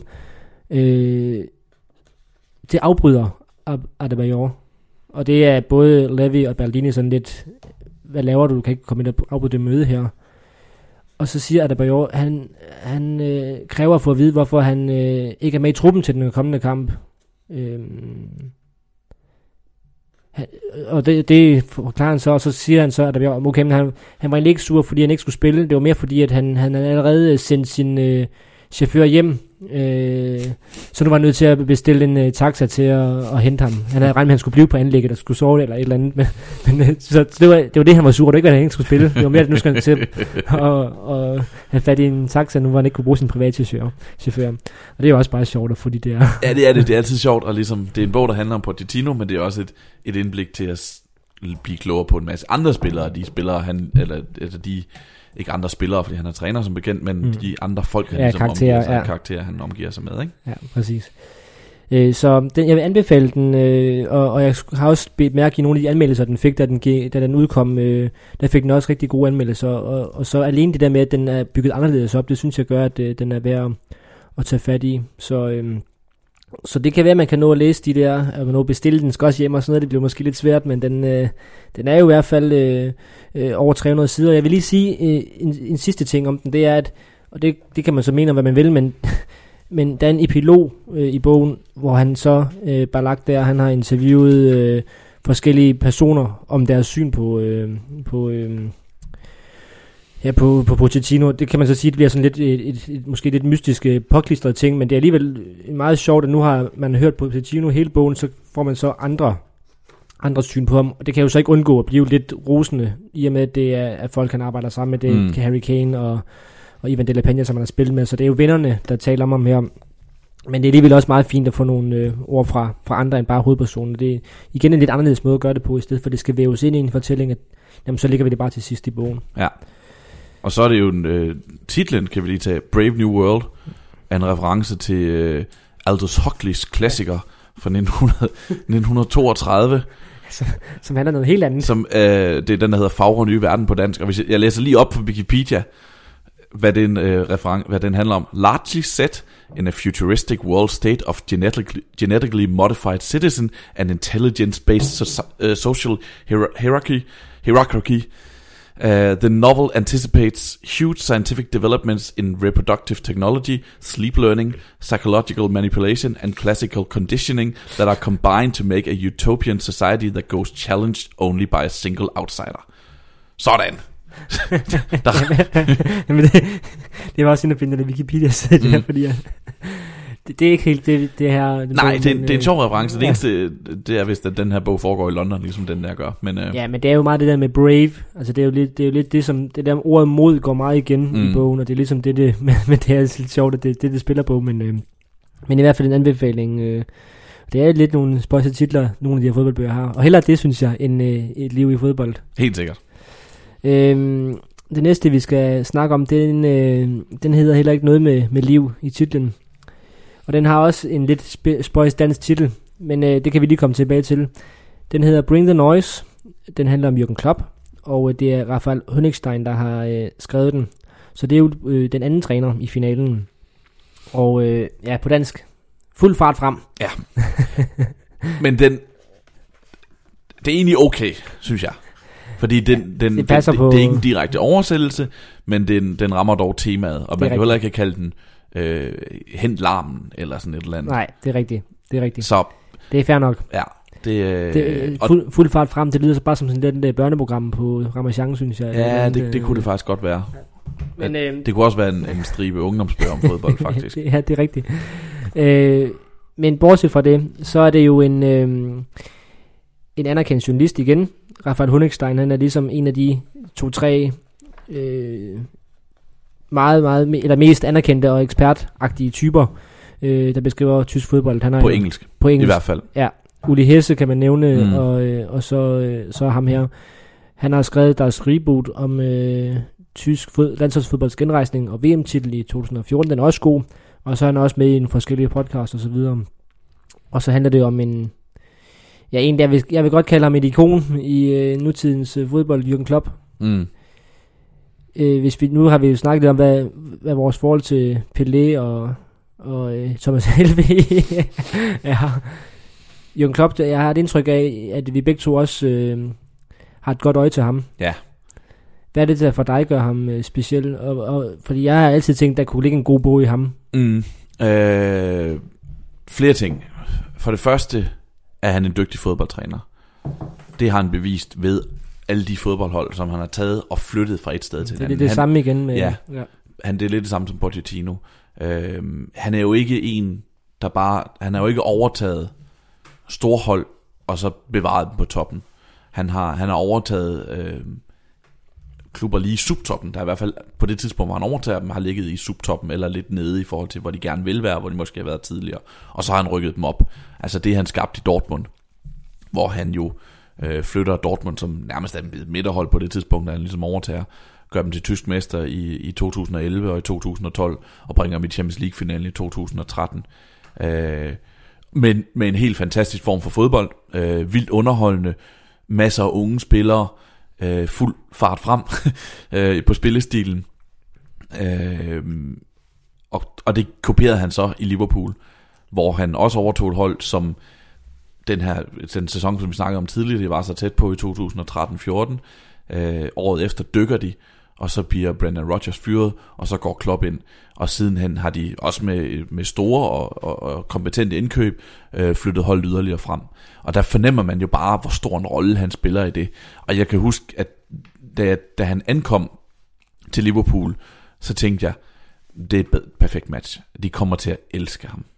det afbryder Adebayor. Og det er både Levy og Baldini sådan lidt, hvad laver du? Du kan ikke komme ind og afbryde det møde her. Og så siger Adebayor, han kræver at få at vide, hvorfor han ikke er med i truppen til den kommende kamp. Og det forklarer han så, og så siger han så, at okay, men han var egentlig ikke sur, fordi han ikke skulle spille. Det var mere fordi, at han allerede sendt chauffør hjem, så nu var han nødt til at bestille en taxa til at hente ham. Han havde regnet med, at han skulle blive på anlægget og skulle sove eller et eller andet, men så det var det, han var sur. Det var ikke, hvad han ikke skulle spille. Det var mere, at nu skal han til og have fat i en taxa, nu hvor han ikke kunne bruge sin private chauffør. Og det er jo også bare sjovt at få de der... Ja, det er det. Det er altid sjovt, og ligesom, det er en bog, der handler om Pochettino, men det er også et indblik til at blive klogere på en masse andre spillere. De spillere, eller de... Ikke andre spillere, fordi han er træner som bekendt, men de andre folk, han karakterer, han omgiver sig med, ikke? Ja, præcis. Så jeg vil anbefale den, og jeg har også bedt mærke i nogle af de anmeldelser, den fik, da den udkom. Der fik den også rigtig gode anmeldelser, og så alene det der med, at den er bygget anderledes op, det synes jeg gør, at den er værd at tage fat i. Så det kan være, at man kan nå at læse de der, at man nå at bestille den, skal også hjem og sådan noget, det bliver måske lidt svært, men den er jo i hvert fald over 300 sider. Jeg vil lige sige en sidste ting om den, det er, at, og det kan man så mene om, hvad man vil, men der er en epilog i bogen, hvor han så bare lagt der, han har interviewet forskellige personer om deres syn på Pochettino. Det kan man så sige, det bliver sådan lidt måske lidt mystisk påklistret ting, men det er alligevel meget sjovt, at nu har man hørt på Pochettino hele bogen, så får man så andre syn på ham, og det kan jo så ikke undgå at blive lidt rosende, i og med at det er folk, han arbejder sammen med, det er Harry Kane og Ivan de la Peña, som han har spillet med, så det er jo vennerne, der taler om ham her. Men det er alligevel også meget fint at få nogle ord fra andre end bare hovedpersonen. Det er igen en lidt anderledes måde at gøre det på, i stedet for at det skal væves ind i en fortælling, at jamen, så lægger vi det bare til sidst i bogen. Ja. Og så er det jo titlen, kan vi lige tage, Brave New World, er en reference til Aldous Huxleys klassiker fra 1932. Som handler noget helt andet. Som, det er den, der hedder Fagre Nye Verden på dansk. Og hvis jeg læser lige op på Wikipedia, hvad den handler om. Largely set in a futuristic world state of genetically modified citizen and intelligence-based social hierarchy, the novel anticipates huge scientific developments in reproductive technology, sleep learning, psychological manipulation, and classical conditioning that are combined to make a utopian society that goes challenged only by a single outsider. Sådan. Det var også en af binderne Wikipedia-side, fordi det er ikke helt det her... Nej, det er en sjov reference. Det eneste, det er vist, at den her bog foregår i London, ligesom den der gør. Men, ja, men det er jo meget det der med brave. Altså, det er jo lidt det, som... Det der ordet mod går meget igen i bogen, og det er ligesom det men det er lidt sjovt, at det spiller på, men i hvert fald en anbefaling. Det er lidt nogle spøjse titler, nogle af de her fodboldbøger har. Og hellere det, synes jeg, end et liv i fodbold. Helt sikkert. Det næste, vi skal snakke om, den hedder heller ikke noget med liv i titlen. Og den har også en lidt spøjs dansk titel, men det kan vi lige komme tilbage til. Den hedder Bring the Noise. Den handler om Jürgen Klopp, og det er Raphael Honigstein, der har skrevet den. Så det er jo den anden træner i finalen. Og ja, på dansk. Fuld fart frem. Ja. Men det er egentlig okay, synes jeg. Fordi det er ikke en direkte oversættelse, men den rammer dog temaet. Og man kan heller ikke kalde den hent larmen eller sådan et eller andet. Nej, det er rigtigt. Så det er fair nok. Ja. Fuld fart frem, det lyder så bare som sådan et børneprogram på Ramachan, synes jeg. Ja, det kunne det faktisk godt være. Men, det kunne også være en stribe ungdomsbøger om fodbold, faktisk. Ja, det er rigtigt. Men bortset fra det, så er det jo en anerkendt journalist igen. Raphael Honigstein, han er ligesom en af de 2-3 meget mest anerkendte og ekspertagtige typer, der beskriver tysk fodbold. Han er på engelsk, i hvert fald. Ja, Uli Hesse kan man nævne, og så ham her. Han har skrevet deres reboot om tysk landsholdsfodbolds genrejsning og VM-titel i 2014. Den er også god, og så er han også med i en forskellige podcast og så videre. Og så handler det om en der jeg vil godt kalde ham et ikon i nutidens fodbold, Jürgen Klopp. Nu har vi jo snakket lidt om, hvad vores forhold til Pelé og Thomas Helveg er. Jürgen Klopp, jeg har et indtryk af, at vi begge to også har et godt øje til ham. Ja. Hvad er det, der for dig gør ham speciel? Og fordi jeg har altid tænkt, der kunne ligge en god bog i ham. Flere ting. For det første er han en dygtig fodboldtræner. Det har han bevist ved alle de fodboldhold, som han har taget og flyttet fra et sted til et andet. Det er det samme igen med... Ja. det er lidt det samme som Pochettino. Han er jo ikke en, der bare, han har jo ikke overtaget storhold, og så bevaret dem på toppen. Han har overtaget klubber lige i subtoppen, der i hvert fald på det tidspunkt, hvor han overtager dem, har ligget i subtoppen, eller lidt nede i forhold til, hvor de gerne vil være, hvor de måske har været tidligere. Og så har han rykket dem op. Altså det, han skabte i Dortmund, hvor han jo flytter Dortmund som nærmest er et midterhold på det tidspunkt, der han ligesom overtager, gør dem til tysk mester i 2011 og i 2012, og bringer dem i Champions League-finalen i 2013. Men med en helt fantastisk form for fodbold, vildt underholdende, masser af unge spillere, fuld fart frem på spillestilen, og det kopierede han så i Liverpool, hvor han også overtog et hold, som den sæson, som vi snakkede om tidligere, det var så tæt på i 2013-14. Året efter dykker de, og så bliver Brendan Rodgers fyret, og så går Klopp ind, og sidenhen har de også med store og kompetente indkøb flyttet holdet yderligere frem. Og der fornemmer man jo bare, hvor stor en rolle han spiller i det. Og jeg kan huske, at da han ankom til Liverpool, så tænkte jeg, det er et perfekt match. De kommer til at elske ham.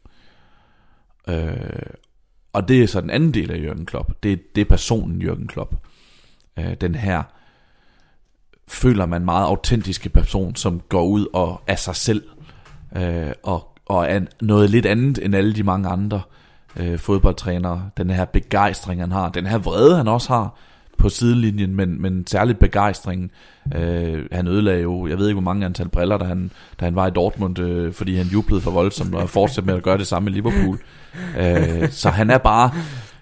Og det er så den anden del af Jürgen Klopp. Det er personen Jürgen Klopp. Den her føler man meget autentiske person, som går ud og er sig selv, og er noget lidt andet end alle de mange andre fodboldtrænere. Den her begejstring han har, den her vrede han også har på sidelinjen, men særligt begejstringen. Han ødelagde jo, jeg ved ikke hvor mange antal briller, da han var i Dortmund, fordi han jublede for voldsomt og fortsatte med at gøre det samme i Liverpool. Så han er bare,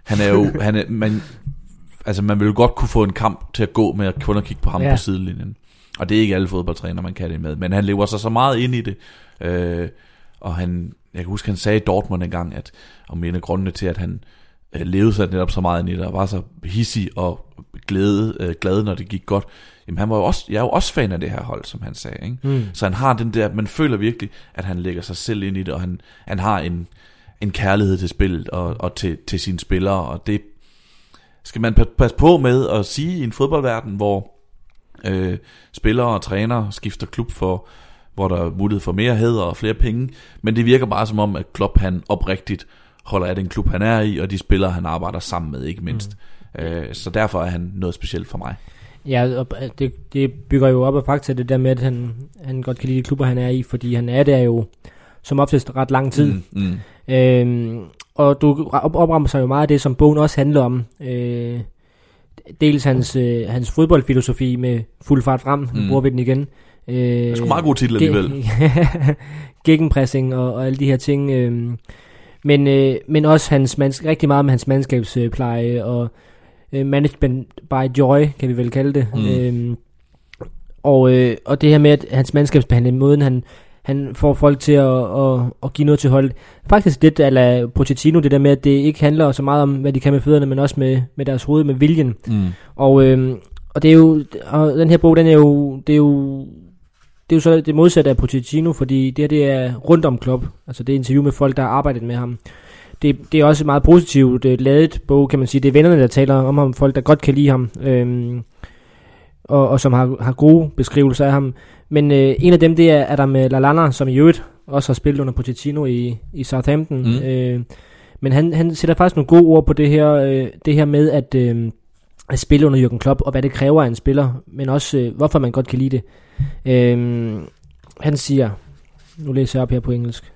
man vil jo godt kunne få en kamp til at gå med at kun at kigge på ham på sidelinjen. Og det er ikke alle fodboldtrænere, man kan det med. Men han lever sig så meget ind i det. Og jeg kan huske, han sagde i Dortmund en gang, at om en af grundene til, at han levede sig netop så meget ind i det, og var så hissig og glad, når det gik godt. Jamen jeg er jo også fan af det her hold, som han sagde. Ikke? Så han har den der, man føler virkelig, at han lægger sig selv ind i det, og han har en kærlighed til spillet og til sine spillere, og det skal man passe på med at sige i en fodboldverden, hvor spillere og trænere skifter klub hvor der er mulighed for mere hæder og flere penge, men det virker bare som om, at Klopp han oprigtigt holder af den klub han er i, og de spillere han arbejder sammen med, ikke mindst. Så derfor er han noget specielt for mig. Ja, det bygger jo op af fakta, det der med, at han godt kan lide de klubber han er i, fordi han er der jo som oftest ret lang tid. Og du oprammer sig jo meget af det, som bogen også handler om. Dels hans fodboldfilosofi med fuld fart frem, nu bruger vi den igen. Det er sgu meget god titel alligevel. Gegenpressing og alle de her ting. Men også rigtig meget med hans mandskabspleje og management by joy, kan vi vel kalde det. Og det her med, at hans mandskabsbehandling, måden han får folk til at give noget til holdet. Faktisk lidt ala Pochettino, det der med, at det ikke handler så meget om, hvad de kan med fødderne, men også med deres hoved, med viljen. Og det er jo, og den her bog, det er jo så det modsatte af Pochettino, fordi det er rundt om Klopp. Altså det er interview med folk, der har arbejdet med ham. Det er også meget positivt ladet bog, kan man sige. Det er vennerne, der taler om ham, folk, der godt kan lide ham, og som har gode beskrivelser af ham. Men en af dem, det er Adam Lallana, som i øvrigt også har spillet under Pochettino i Southampton. Men han sætter faktisk nogle gode ord på det her med at spille under Jürgen Klopp, og hvad det kræver af en spiller, men også hvorfor man godt kan lide det. Han siger, nu læser jeg op her på engelsk.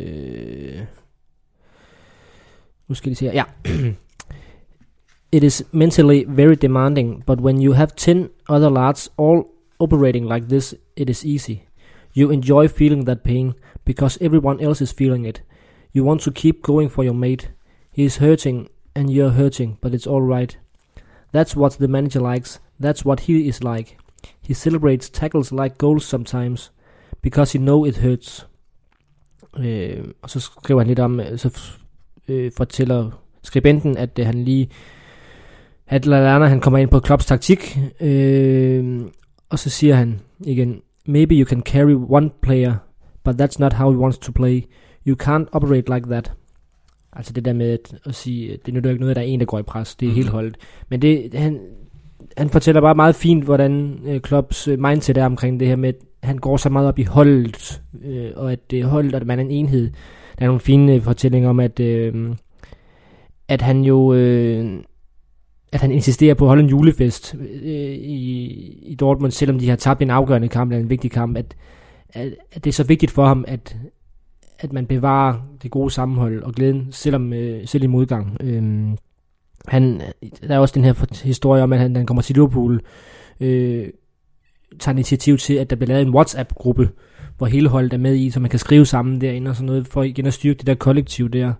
Nu skal de se her. Ja. It is mentally very demanding, but when you have 10 other lads all operating like this, it is easy. You enjoy feeling that pain, because everyone else is feeling it. You want to keep going for your mate. He is hurting, and you're hurting, but it's all right. That's what the manager likes. That's what he is like. He celebrates tackles like goals sometimes, because he know it hurts. Og så skriver han lidt om, fortæller skribenten, at at Lallana, han kommer ind på Klopps taktik, og så siger han igen, maybe you can carry one player, but that's not how he wants to play. You can't operate like that. Altså det der med at sige, det nytter ikke noget, at der er en, der går i pres, det er helt holdet. Men han fortæller bare meget fint, hvordan Klopps mindset er omkring det her med, han går så meget op i holdet, og at det holdet, at man er en enhed. Der er nogle fine fortællinger om, at han jo... at han insisterer på at holde en julefest i Dortmund, selvom de har tabt en afgørende kamp, eller en vigtig kamp, at det er så vigtigt for ham, at man bevarer det gode sammenhold og glæden, selv i modgang. Der er også den her historie om, at han kommer til Liverpool, tager initiativ til, at der bliver lavet en WhatsApp-gruppe, hvor hele holdet er med i, så man kan skrive sammen derinde og sådan noget, for igen at styrke det der kollektiv der.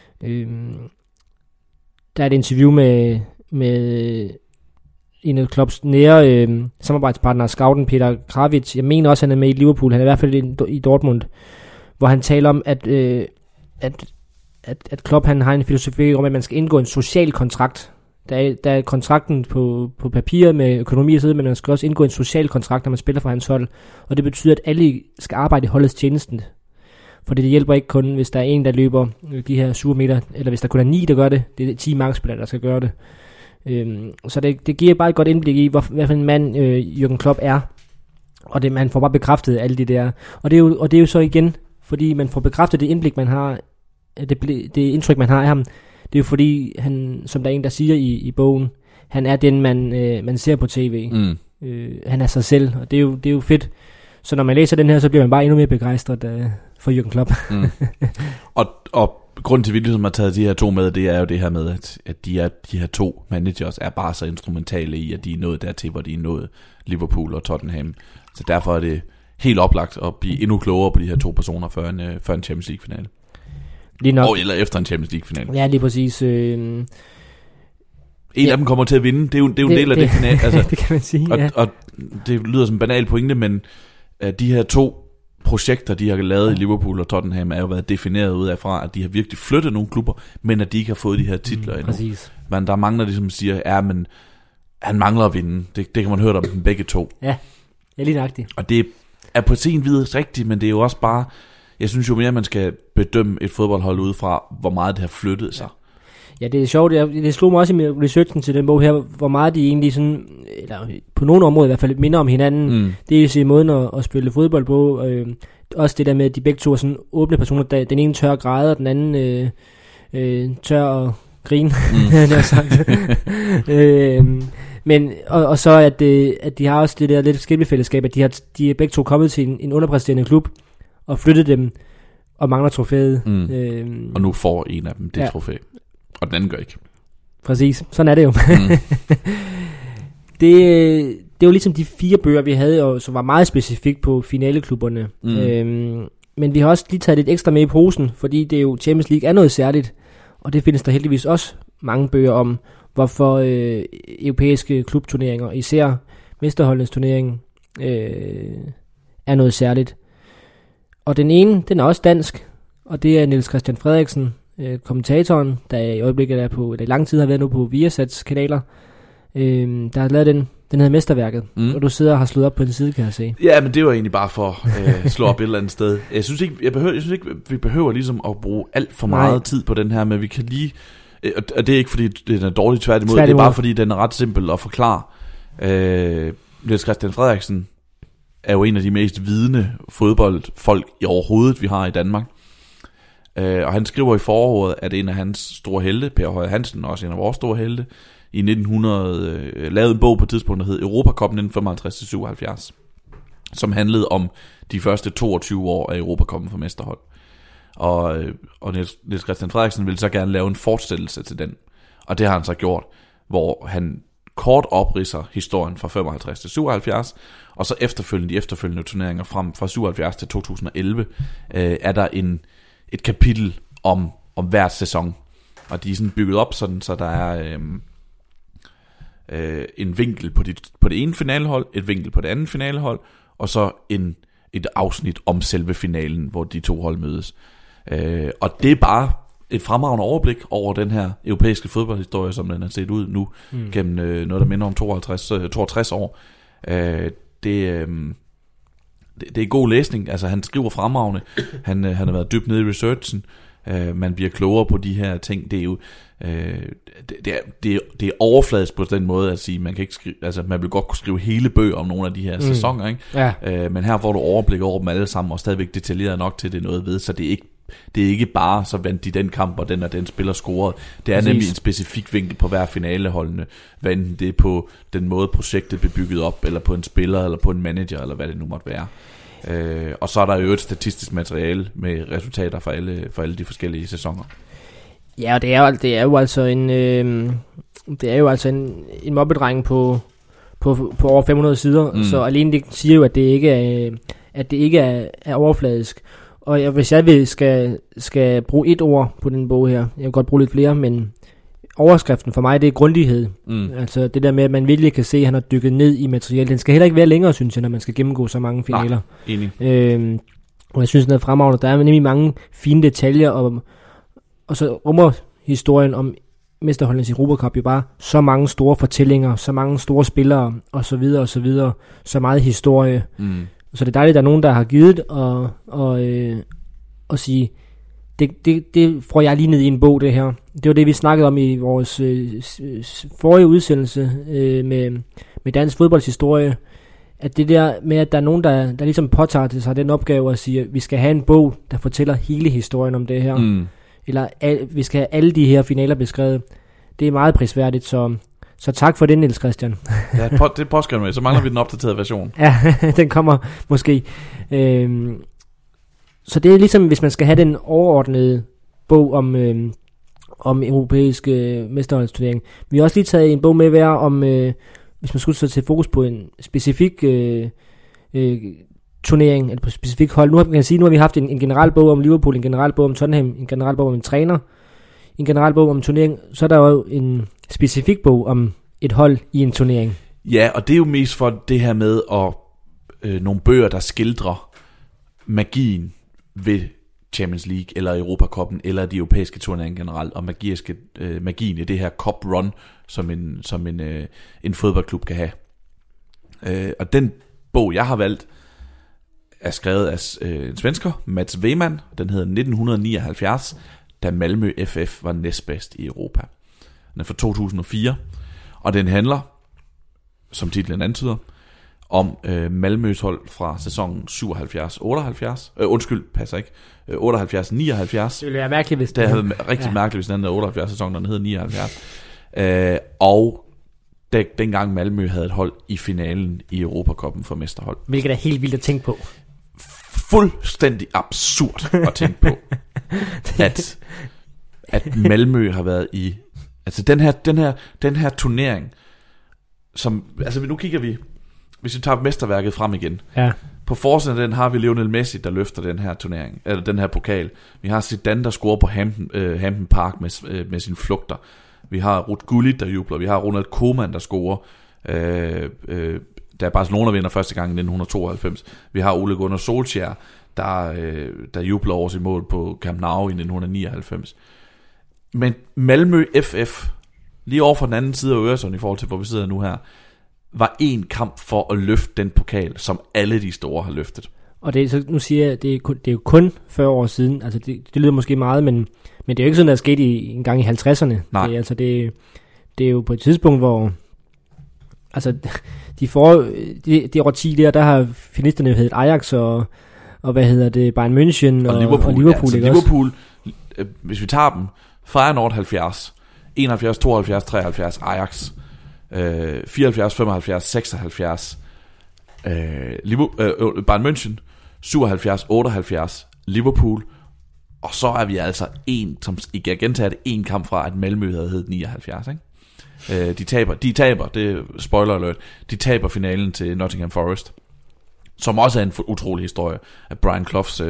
Der er et interview med en af Klopps nære samarbejdspartnere, scouten Peter Kravitz. Jeg mener også, han er med i Liverpool. Han er i hvert fald i Dortmund, hvor han taler om, at Klopp han har en filosofi om, at man skal indgå en social kontrakt. Der er kontrakten på papir med økonomi og sådan, men man skal også indgå en social kontrakt, når man spiller for hans hold. Og det betyder, at alle skal arbejde i holdets tjenesten. For det hjælper ikke kun, hvis der er en, der løber de her 7 meter, eller hvis der kun er 9, der gør det. Det er 10 markspillere, der skal gøre det. Så det giver bare et godt indblik i, hvad for en mand Jürgen Klopp er. Og man får bare bekræftet alle de der. Og det er jo så igen, fordi man får bekræftet det indblik, man har, det indtryk, man har af ham. Det er jo fordi, han, som der er en, der siger i bogen, han er den, man ser på tv. Han er sig selv, og det er jo fedt. Så når man læser den her, så bliver man bare endnu mere begejstret for Jürgen Klopp. Og grunden til, at vi ligesom har taget de her to med, det er jo det her med, at de her to managers er bare så instrumentale i, at de er nået dertil, hvor de er nået Liverpool og Tottenham. Så derfor er det helt oplagt at blive endnu klogere på de her to personer før en Champions League-finale. Lige nok. Eller efter en Champions League-finale. Ja, lige præcis. En af dem kommer til at vinde. Det er jo en del af det finale. Altså, det kan man sige, ja. Og det lyder som en banal pointe, men de her to projekter, de har lavet i Liverpool og Tottenham, er jo været defineret ud af fra, at de har virkelig flyttet nogle klubber, men at de ikke har fået de her titler endnu. Præcis. Men der er mange, der ligesom siger, ja, men han mangler at vinde. Det kan man høre om dem begge to. Ja, lige nøjagtigt. Og det er på sin vis rigtigt, men det er jo også bare, jeg synes jo mere, man skal bedømme et fodboldhold ud fra, hvor meget det har flyttet sig. Ja, det er sjovt. Det slog mig også med researchen til den bog her, hvor meget de egentlig sådan, eller på nogle områder i hvert fald minder om hinanden. Det er jo måden at spille fodbold på. Også det der med, at de begge to er sådan åbne personer. Den ene tør at græde, og den anden tør at grine. Men og så at de har også det der lidt skæbnefællesskab, at de er begge to kommet til en underpræsterende klub og flyttet dem og mangler trofæet. Og nu får en af dem det trofæ. Og den anden gør ikke. Præcis, sådan er det jo. Det er jo ligesom de 4 bøger, vi havde, og som var meget specifikt på finaleklubberne. Men vi har også lige taget lidt ekstra med i posen, fordi det er jo Champions League er noget særligt, og det findes der heldigvis også mange bøger om, hvorfor europæiske klubturneringer, især mesterholdenes turnering, er noget særligt. Og den ene, den er også dansk, og det er Niels Christian Frederiksen, kommentatoren, der i øjeblikket er på, eller i lang tid har været nu på Viasats kanaler, der har lavet den hedder Mesterværket, og du sidder og har slået op på en side, kan jeg se. Ja, men det var egentlig bare for at slå op et eller andet sted. Jeg synes ikke, vi behøver ligesom at bruge alt for meget tid på den her, men vi kan lige, og det er ikke fordi det er dårligt, tværtimod, det er bare fordi den er ret simpel at forklare. Niels Christian Frederiksen er jo en af de mest vidende fodboldfolk i overhovedet, vi har i Danmark. Og han skriver i forordet, at en af hans store helte, Per Højer Hansen, også en af vores store helte, i 1900 lavede en bog på et tidspunkt, der hed Europacup 1955-77, som handlede om de første 22 år af Europacupen for mesterhold. Og Niels Christian Frederiksen ville så gerne lave en fortsættelse til den. Og det har han så gjort, hvor han kort opridser historien fra 55 til 77, og så de efterfølgende turneringer frem fra 77 til 2011, er der et kapitel om hver sæson. Og de er sådan bygget op sådan, så der er en vinkel på det ene finalehold, et vinkel på det andet finalehold, og så et afsnit om selve finalen, hvor de to hold mødes. Og det er bare et fremragende overblik over den her europæiske fodboldhistorie, som den har set ud nu, gennem noget, der minder om 62 år. Det er god læsning. Altså, han skriver fremragende. Han har været dybt nede i researchen. Man bliver klogere på de her ting. Det er jo det er overfladisk på den måde at sige, man kan ikke skrive, altså man vil godt kunne skrive hele bøger om nogle af de her sæsoner, ikke? Ja. Men her får du overblik over dem alle sammen, og stadigvæk detaljeret nok til det noget ved, så det er ikke bare, så vandt de den kamp, og den spiller scoret. Det er nemlig en specifik vinkel på hver finaleholdende, hvad enten det er på den måde, projektet bliver bygget op, eller på en spiller, eller på en manager, eller hvad det nu måtte være. Og så er der jo et statistisk materiale med resultater for alle de forskellige sæsoner. Ja, og det er jo altså en mobbedreng på over 500 sider, så alene det siger jo, at det ikke er overfladisk. Og hvis jeg skal bruge et ord på den bog her, jeg kan godt bruge lidt flere, men overskriften for mig, det er grundighed. Altså det der med, at man virkelig kan se, at han har dykket ned i materialet. Den skal heller ikke være længere, synes jeg, når man skal gennemgå så mange finaler. Nej, enig. Og jeg synes, den er fremragende. Der er nemlig mange fine detaljer, og så rummer historien om mesterholdenes Europa Cup jo bare så mange store fortællinger, så mange store spillere, og så videre, og så videre. Så meget historie. Så det er dejligt, at der er nogen, der har givet og sige, det får jeg lige ned i en bog, det her. Det var det, vi snakkede om i vores forrige udsendelse med dansk fodboldshistorie, at det der med, at der er nogen, der ligesom påtager til sig den opgave og siger, vi skal have en bog, der fortæller hele historien om det her. Eller vi skal have alle de her finaler beskrevet. Det er meget prisværdigt, så tak for det, Niels Christian. Ja, det er påskrevet med, så mangler vi den opdaterede version. Ja, den kommer måske. Så det er ligesom, hvis man skal have den overordnede bog om europæisk mesterholdsturnering. Vi har også lige taget en bog med hver om, hvis man skulle så til fokus på en specifik turnering, eller på et specifik hold. Nu har vi haft en generalbog om Liverpool, en generalbog om Tottenham, en generalbog om en træner, en generalbog om turnering. Så er der jo en specifik bog om et hold i en turnering. Ja, og det er jo mest for det her med nogle bøger, der skildrer magien ved Champions League, eller Europa Cup'en, eller de europæiske turneringer generelt, og magien i det her cup run, som en fodboldklub kan have. Og den bog, jeg har valgt, er skrevet af en svensker, Mats Weman. Den hedder 1979, da Malmö FF var næstbedst i Europa. Den er fra 2004, og den handler, som titlen antyder, om Malmøs hold fra sæsonen 77-78. Passer ikke. 78-79. Det ville være mærkeligt, hvis det havde rigtig mærkeligt, hvis den hedder 78-sæsonen, og den hedder 79. Og dengang Malmø havde et hold i finalen i Europa Cup'en for mesterhold. Hvilket er helt vildt at tænke på. Fuldstændig absurd at tænke på, at Malmø har været i, altså den her turnering, som, altså nu kigger vi, hvis vi tager mesterværket frem igen. Ja. På forsiden af den har vi Lionel Messi, der løfter den her turnering, eller den her pokal. Vi har Zidane, der scorer på Hampden Park med sine flugter. Vi har Ruud Gullit, der jubler. Vi har Ronald Koeman, der scorer, da Barcelona vinder første gang i 1992. Vi har Ole Gunnar Solskjaer, der jubler over sit mål på Camp Nou i 1999. Men Malmö FF, lige over for den anden side af Øresund, i forhold til hvor vi sidder nu her, var en kamp for at løfte den pokal, som alle de store har løftet. Og det, så nu siger jeg, det er jo kun 40 år siden. Altså det lyder måske meget, men det er jo ikke sådan, der er sket en gang i 50'erne. Nej. Det er jo på et tidspunkt, hvor altså de årti der har finalisterne heddet Ajax og hvad hedder det, Bayern München og Liverpool. Ja, altså Liverpool, hvis vi tager dem, Feyenoord 70, 71, 72, 73, Ajax 74, 75, 76, Bayern München 77, 78, Liverpool, og så er vi altså jeg gentager det, en kamp fra, at Malmø havde heddet 79, ikke? De taber, det er spoiler alert, de taber finalen til Nottingham Forest, som også er en utrolig historie, at Brian Cloughs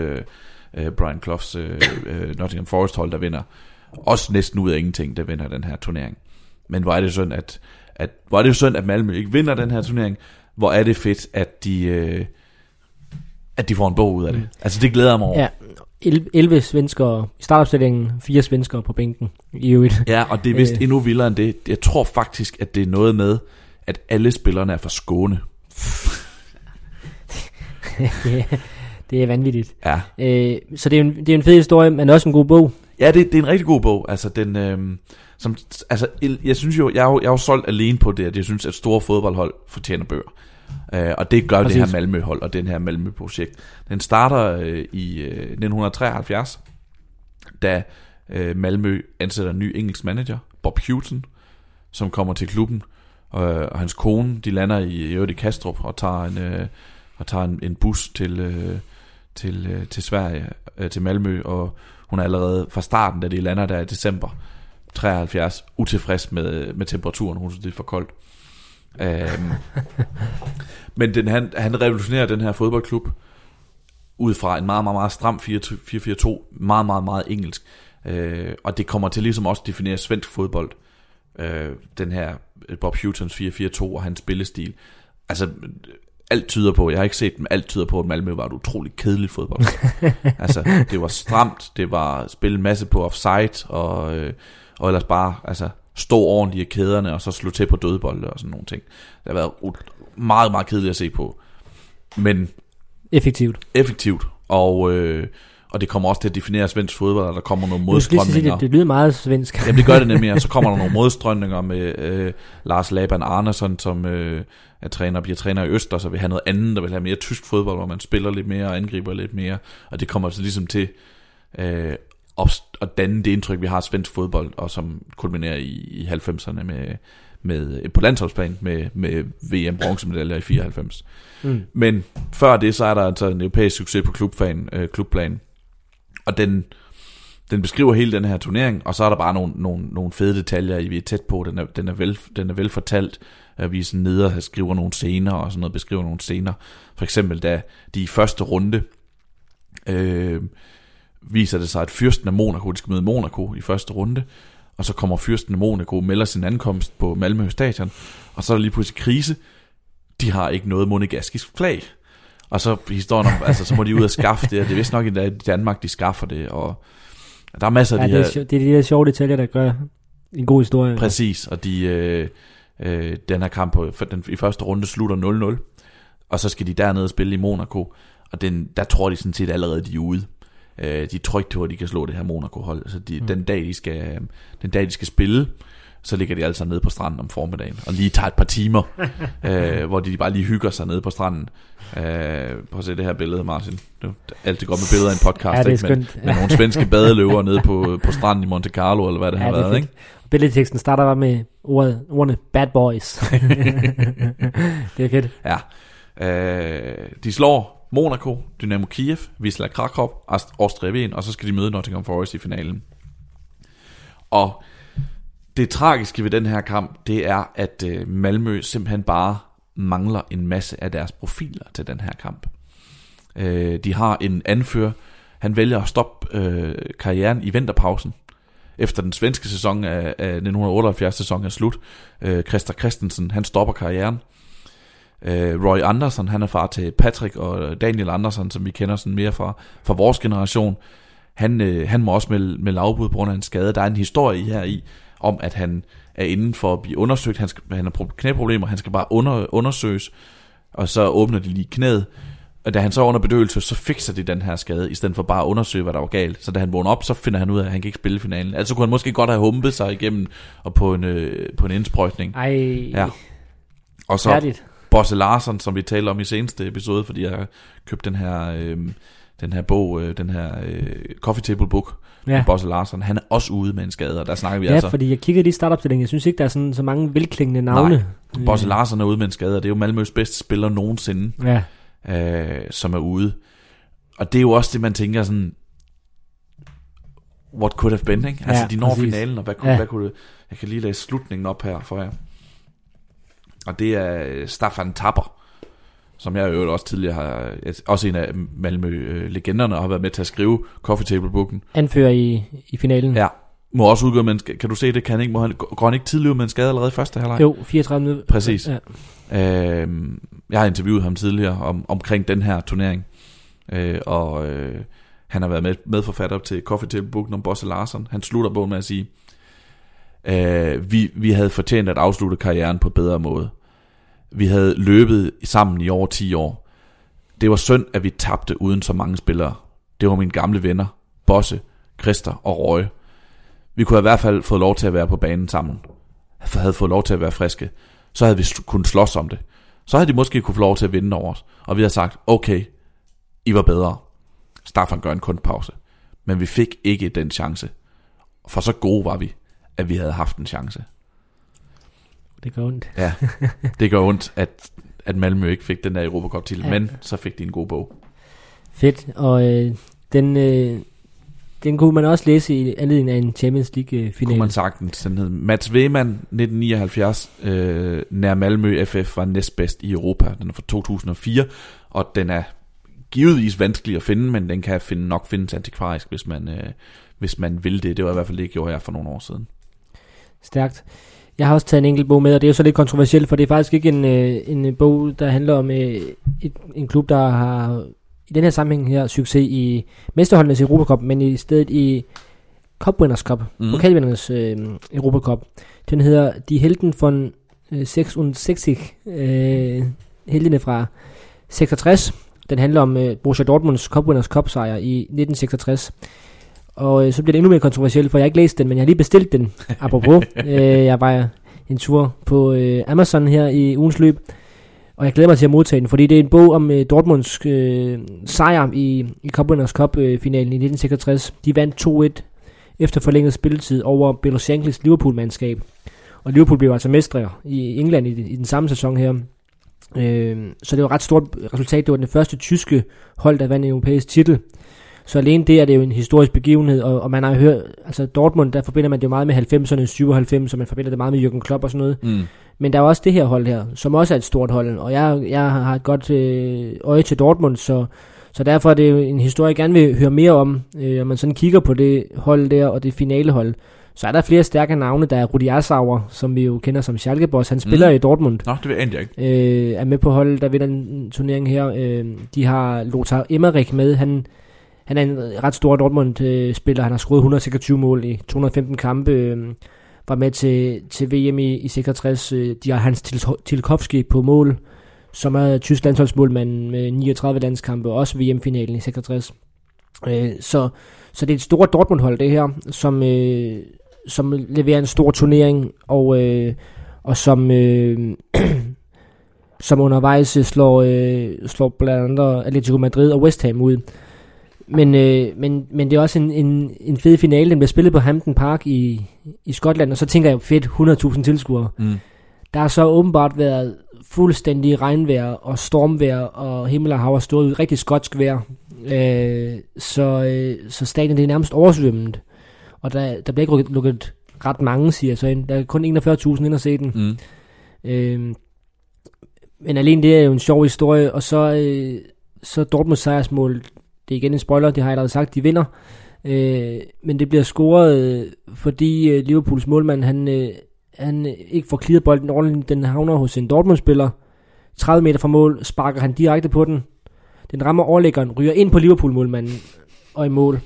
Nottingham Forest hold, der vinder, også næsten ud af ingenting, der vinder den her turnering. Men hvor er det synd, at Malmø ikke vinder den her turnering. Hvor er det fedt, at de får en bog ud af det. Altså det glæder jeg mig over. Ja, 11 svenskere i startopstillingen, 4 svenskere på bænken i øvrigt. Ja, og det er vist endnu vildere end det. Jeg tror faktisk, at det er noget med, at alle spillerne er fra Skåne. Det er vanvittigt. Ja. Så det er en fed historie, men også en god bog. Ja, det er en rigtig god bog. Altså, jeg synes jo, jeg er jo solgt alene på det, at jeg synes, at store fodboldhold fortjener bøger. Og det gør Præcis. Det her Malmø-hold og den her Malmø-projekt. Den starter i 1973, da Malmø ansætter en ny engelsk manager, Bob Hewson, som kommer til klubben, og hans kone, de lander i Kastrup og tager en bus til Sverige, til Malmø, og hun er allerede fra starten, da de lander der i december 73, utilfreds med temperaturen. Hun synes, det er for koldt. Men han revolutionerer den her fodboldklub ud fra en meget, meget, meget stram 4-4-2, meget, meget, meget engelsk. Og det kommer til ligesom også definere svensk fodbold. Den her Bob Hewsons 4-4-2 og hans spillestil. Altså, alt tyder på, jeg har ikke set dem, alt tyder på, at Malmø var et utroligt kedeligt fodbold. Altså, det var stramt, det var spille en masse på offside, og ellers bare stå ordentligt i kæderne, og så slå til på dødbolde og sådan nogle ting. Det har været meget, meget kedeligt at se på. Men effektivt. Og det kommer også til at definere svensk fodbold, og der kommer nogle modstrømninger. Det lyder meget svensk. Jamen det gør det nemlig, så kommer der nogle modstrømninger med Lars Laban Arnesson, som bliver træner i Øster, så vil have noget andet, der vil have mere tysk fodbold, hvor man spiller lidt mere og angriber lidt mere, og det kommer altså ligesom til at danne det indtryk, vi har af svensk fodbold, og som kulminerer i 90'erne med på landsholdsplan med VM bronzemedaljer i 94. Men før det, så er der altså en europæisk succes på klubplan, og den beskriver hele den her turnering, og så er der bare nogle fede detaljer, vi er tæt på. Den er vel fortalt. Vi er sådan nede og skriver nogle scener og sådan noget, beskriver nogle scener. For eksempel da de i første runde viser det sig, at fyrsten af Monaco, de skal møde Monaco i første runde, og så kommer fyrsten af Monaco, melder sin ankomst på Malmø Stadion, og så er der lige pludselig krise. De har ikke noget monegaskisk flag. Og så historien om, så må de ud og skaffe det, og det er vist nok i Danmark, de skaffer det, og der er masser af de her... Det er de der sjove detaljer, der gør en god historie. Præcis, og den her kamp i første runde slutter 0-0, og så skal de dernede og spille i Monaco, og der tror de sådan set allerede, de er ude. De tror ikke til, at de kan slå det her Monaco-hold. Så den dag de skal spille, så ligger de altså nede på stranden om formiddagen, og lige tager et par timer, hvor de bare lige hygger sig nede på stranden. Prøv at se det her billede, Martin. Det er altid godt med billeder i en podcast, ikke? Med nogle svenske badeløver nede på stranden i Monte Carlo, eller hvad det har været, ikke? Billedteksten starter bare med ordene bad boys. Det er fedt. Ja. De slår Monaco, Dynamo Kiev, Wisla Krakow, Austria Wien, og så skal de møde Nottingham Forest i finalen. Og det tragiske ved den her kamp, det er, at Malmø simpelthen bare mangler en masse af deres profiler til den her kamp. De har en anfører, han vælger at stoppe karrieren i vinterpausen. Efter den svenske sæson af 1978 sæson er slut. Christer Christensen, han stopper karrieren. Roy Andersson, han er far til Patrick og Daniel Andersson, som vi kender sådan mere fra vores generation. Han må også melde afbud på grund af en skade. Der er en historie her i, om at han er inden for at blive undersøgt. Han har knæproblemer, han skal bare undersøges, og så åbner de lige knæet. Og da han så er under bedøvelse, så fikser de den her skade, i stedet for bare at undersøge, hvad der var galt. Så da han vågner op, så finder han ud af, at han kan ikke spille finalen. Altså kunne han måske godt have humpet sig igennem og på en indsprøjtning. Ja. Og så færdigt. Bosse Larsson, som vi talte om i seneste episode, fordi jeg har købt den her bog, den her Coffee Table Book, med Bosse Larsson. Han er også ude med en skade, og der snakker vi altså... Ja, fordi jeg kiggede lige i startopstillingen. Jeg synes ikke, der er sådan så mange velklingende navne. Nej, Bosse Larsson er ude med en skade, og det er jo Malmøs bedste spiller nogensinde, som er ude. Og det er jo også det, man tænker sådan, what could have been, ikke? Altså, de når finalen, og hvad kunne det... Jeg kan lige læse slutningen op her for jer. Og det er Staffan Tapper, som jeg jo også tidligere har, også en af Malmø-legenderne, og har været med til at skrive Coffee Table Booken. Anfører i finalen. Ja, må også udgå med en skade. Kan du se det? Går han ikke tidligere med en skade allerede i første halvleg? Jo, 34 minutter. Præcis. Ja. Jeg har interviewet ham tidligere omkring den her turnering, og han har været medforfatter til Coffee Table Booken om Bosse Larsson. Han slutter bogen med at sige, vi havde fortjent at afslutte karrieren på en bedre måde. Vi havde løbet sammen i over 10 år. Det var synd, at vi tabte uden så mange spillere. Det var mine gamle venner, Bosse, Christer og Røge. Vi kunne i hvert fald fået lov til at være på banen sammen. Havde fået lov til at være friske. Så havde vi kunnet slås om det. Så havde de måske kunne få lov til at vinde over os. Og vi havde sagt, okay, I var bedre. Staffan gør en kunstpause. Men vi fik ikke den chance. For så gode var vi, at vi havde haft en chance. Det gør ondt. Ja, det gør ondt, at Malmø ikke fik den der Europa Cup titel, men så fik de en god bog. Fedt, og den kunne man også læse i anledning af en Champions League finale. Kunne man sagtens. Den hed Mats Weman 1979, nær Malmø FF var næstbedst i Europa. Den er fra 2004, og den er givetvis vanskelig at finde, men den kan nok findes antikvarisk, hvis man vil det. Det var i hvert fald det, jeg gjorde her for nogle år siden. Stærkt. Jeg har også taget en enkelt bog med, og det er jo så lidt kontroversielt, for det er faktisk ikke en bog, der handler om en klub, der har i den her sammenhæng her succes i mesterholdenes Europa Cup, men i stedet i Cup Winners Cup, pokalvindernes Europa Cup. Den hedder Die Helden von 66, heltene fra 66. Den handler om Borussia Dortmunds Cup Winners Cup sejr i 1966. Og så bliver det endnu mere kontroversielt, for jeg har ikke læst den, men jeg har lige bestilt den, apropos. Jeg var en tur på Amazon her i ugens løb, og jeg glæder mig til at modtage den, fordi det er en bog om Dortmunds sejr i Cup Winners Cup-finalen i 1966. De vandt 2-1 efter forlænget spilletid over Bill Shankleys Liverpool-mandskab. Og Liverpool blev altså mestre i England i den samme sæson her. Så det var et ret stort resultat. Det var den første tyske hold, der vandt en europæisk titel. Så alene det er det jo en historisk begivenhed, og man har hørt, altså Dortmund, der forbinder man det jo meget med 90'erne, 97, så man forbinder det meget med Jürgen Klopp og sådan noget. Men der er også det her hold her, som også er et stort hold, og jeg har et godt øje til Dortmund, så derfor er det jo en historie, jeg gerne vil høre mere om. Når man sådan kigger på det hold der, og det finalehold, så er der flere stærke navne. Der er Rudi Assauer, som vi jo kender som Schalke-boss. Han spiller i Dortmund. Nå, det ved jeg ikke. Er med på holdet, der vinder en turnering her. De har Lothar Emmerich med. Han er en ret stor Dortmund-spiller. Han har scoret 126 mål i 215 kampe. Var med til VM i 66. De har Hans Tilkovski på mål, som er tysk landsholdsmålmand med 39 landskampe, og også VM-finalen i 66. Så det er et stort Dortmund-hold, det her, som leverer en stor turnering, og som undervejs slår blandt andet Atletico Madrid og West Ham ud. Men det er også en fed finale. Den bliver spillet på Hampden Park i Skotland, og så tænker jeg, fedt, 100.000 tilskuere. Der har så åbenbart været fuldstændig regnvejr og stormvejr, og himmel og hav har stået i rigtig skotsk vejr. Så stadion det er nærmest oversvømmet. Og der bliver ikke lukket ret mange, siger jeg så ind. Der er kun 41.000 ind at se den. Men alene det er jo en sjov historie. Og så Dortmunds sejrsmål, det er igen en spoiler, det har jeg allerede sagt, de vinder. Men det bliver scoret, fordi Liverpools målmand, han ikke får clearet bolden ordentligt. Den havner hos en Dortmund-spiller. 30 meter fra mål, sparker han direkte på den. Den rammer overlæggeren, ryger ind på Liverpool-målmanden og i mål.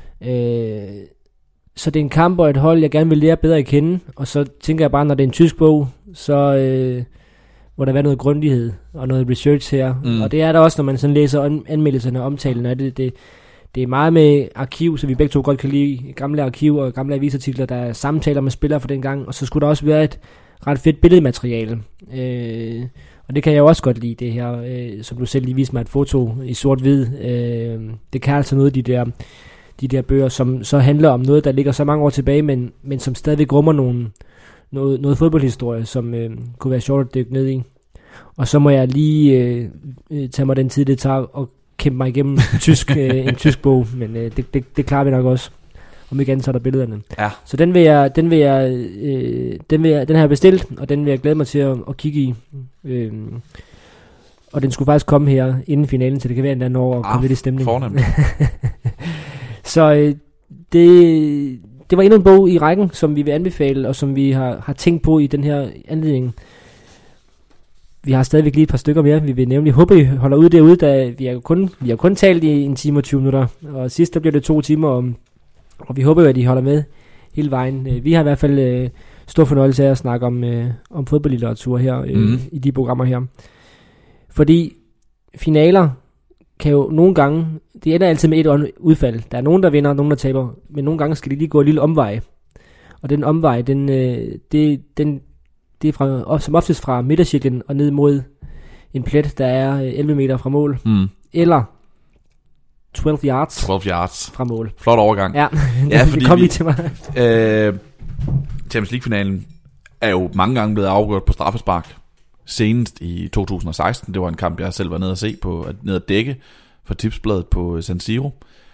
Så det er en kamp og et hold, jeg gerne vil lære bedre at kende. Og så tænker jeg bare, når det er en tysk bog, så må der være noget grundighed og noget research her. Og det er der også, når man sådan læser anmeldelserne og omtalene af det. Det er meget med arkiv, så vi begge to godt kan lide gamle arkiv og gamle avisartikler, der er samtaler med spillere for den gang. Og så skulle der også være et ret fedt billedmateriale. Og det kan jeg jo også godt lide, det her, som du selv lige viste mig et foto i sort-hvid. Det kan altså noget af de der bøger, som så handler om noget, der ligger så mange år tilbage, men som stadigvæk rummer noget fodboldhistorie, som kunne være sjovt at dykke ned i. Og så må jeg lige tage mig den tid, det tager at kæmpe mig igennem en tysk bog, men det klarer vi nok også. Om ikke andet, så er der billederne. Ja. Så den har jeg bestilt, og den vil jeg glæde mig til at kigge i. Og den skulle faktisk komme her inden finalen, så det kan være en anden år og komme lidt i stemning. Fornemt. Så det var endnu en bog i rækken, som vi vil anbefale, og som vi har tænkt på i den her anledning. Vi har stadigvæk lige et par stykker mere. Vi vil nemlig håbe, I holder ud derude, da vi har kun talt i 1 time og 20 minutter. Og sidst der blev det 2 timer, og vi håber jo, at I holder med hele vejen. Vi har i hvert fald stor fornøjelse af at snakke om fodboldlitteratur her i de programmer her. Fordi finaler kan jo nogle gange, det ender altid med et udfald. Der er nogen, der vinder, og nogen, der taber, men nogle gange skal de lige gå en lille omvej. Og den omvej, det er fra, som oftest fra midtercirklen og ned mod en plet, der er 11 meter fra mål. Eller 12 yards fra mål. Flot overgang. Ja, ja, fordi kom lige til mig. Champions League-finalen er jo mange gange blevet afgjort på straffespark. Senest i 2016, det var en kamp, jeg selv var nede at se på, nede at dække for Tipsbladet på San Siro.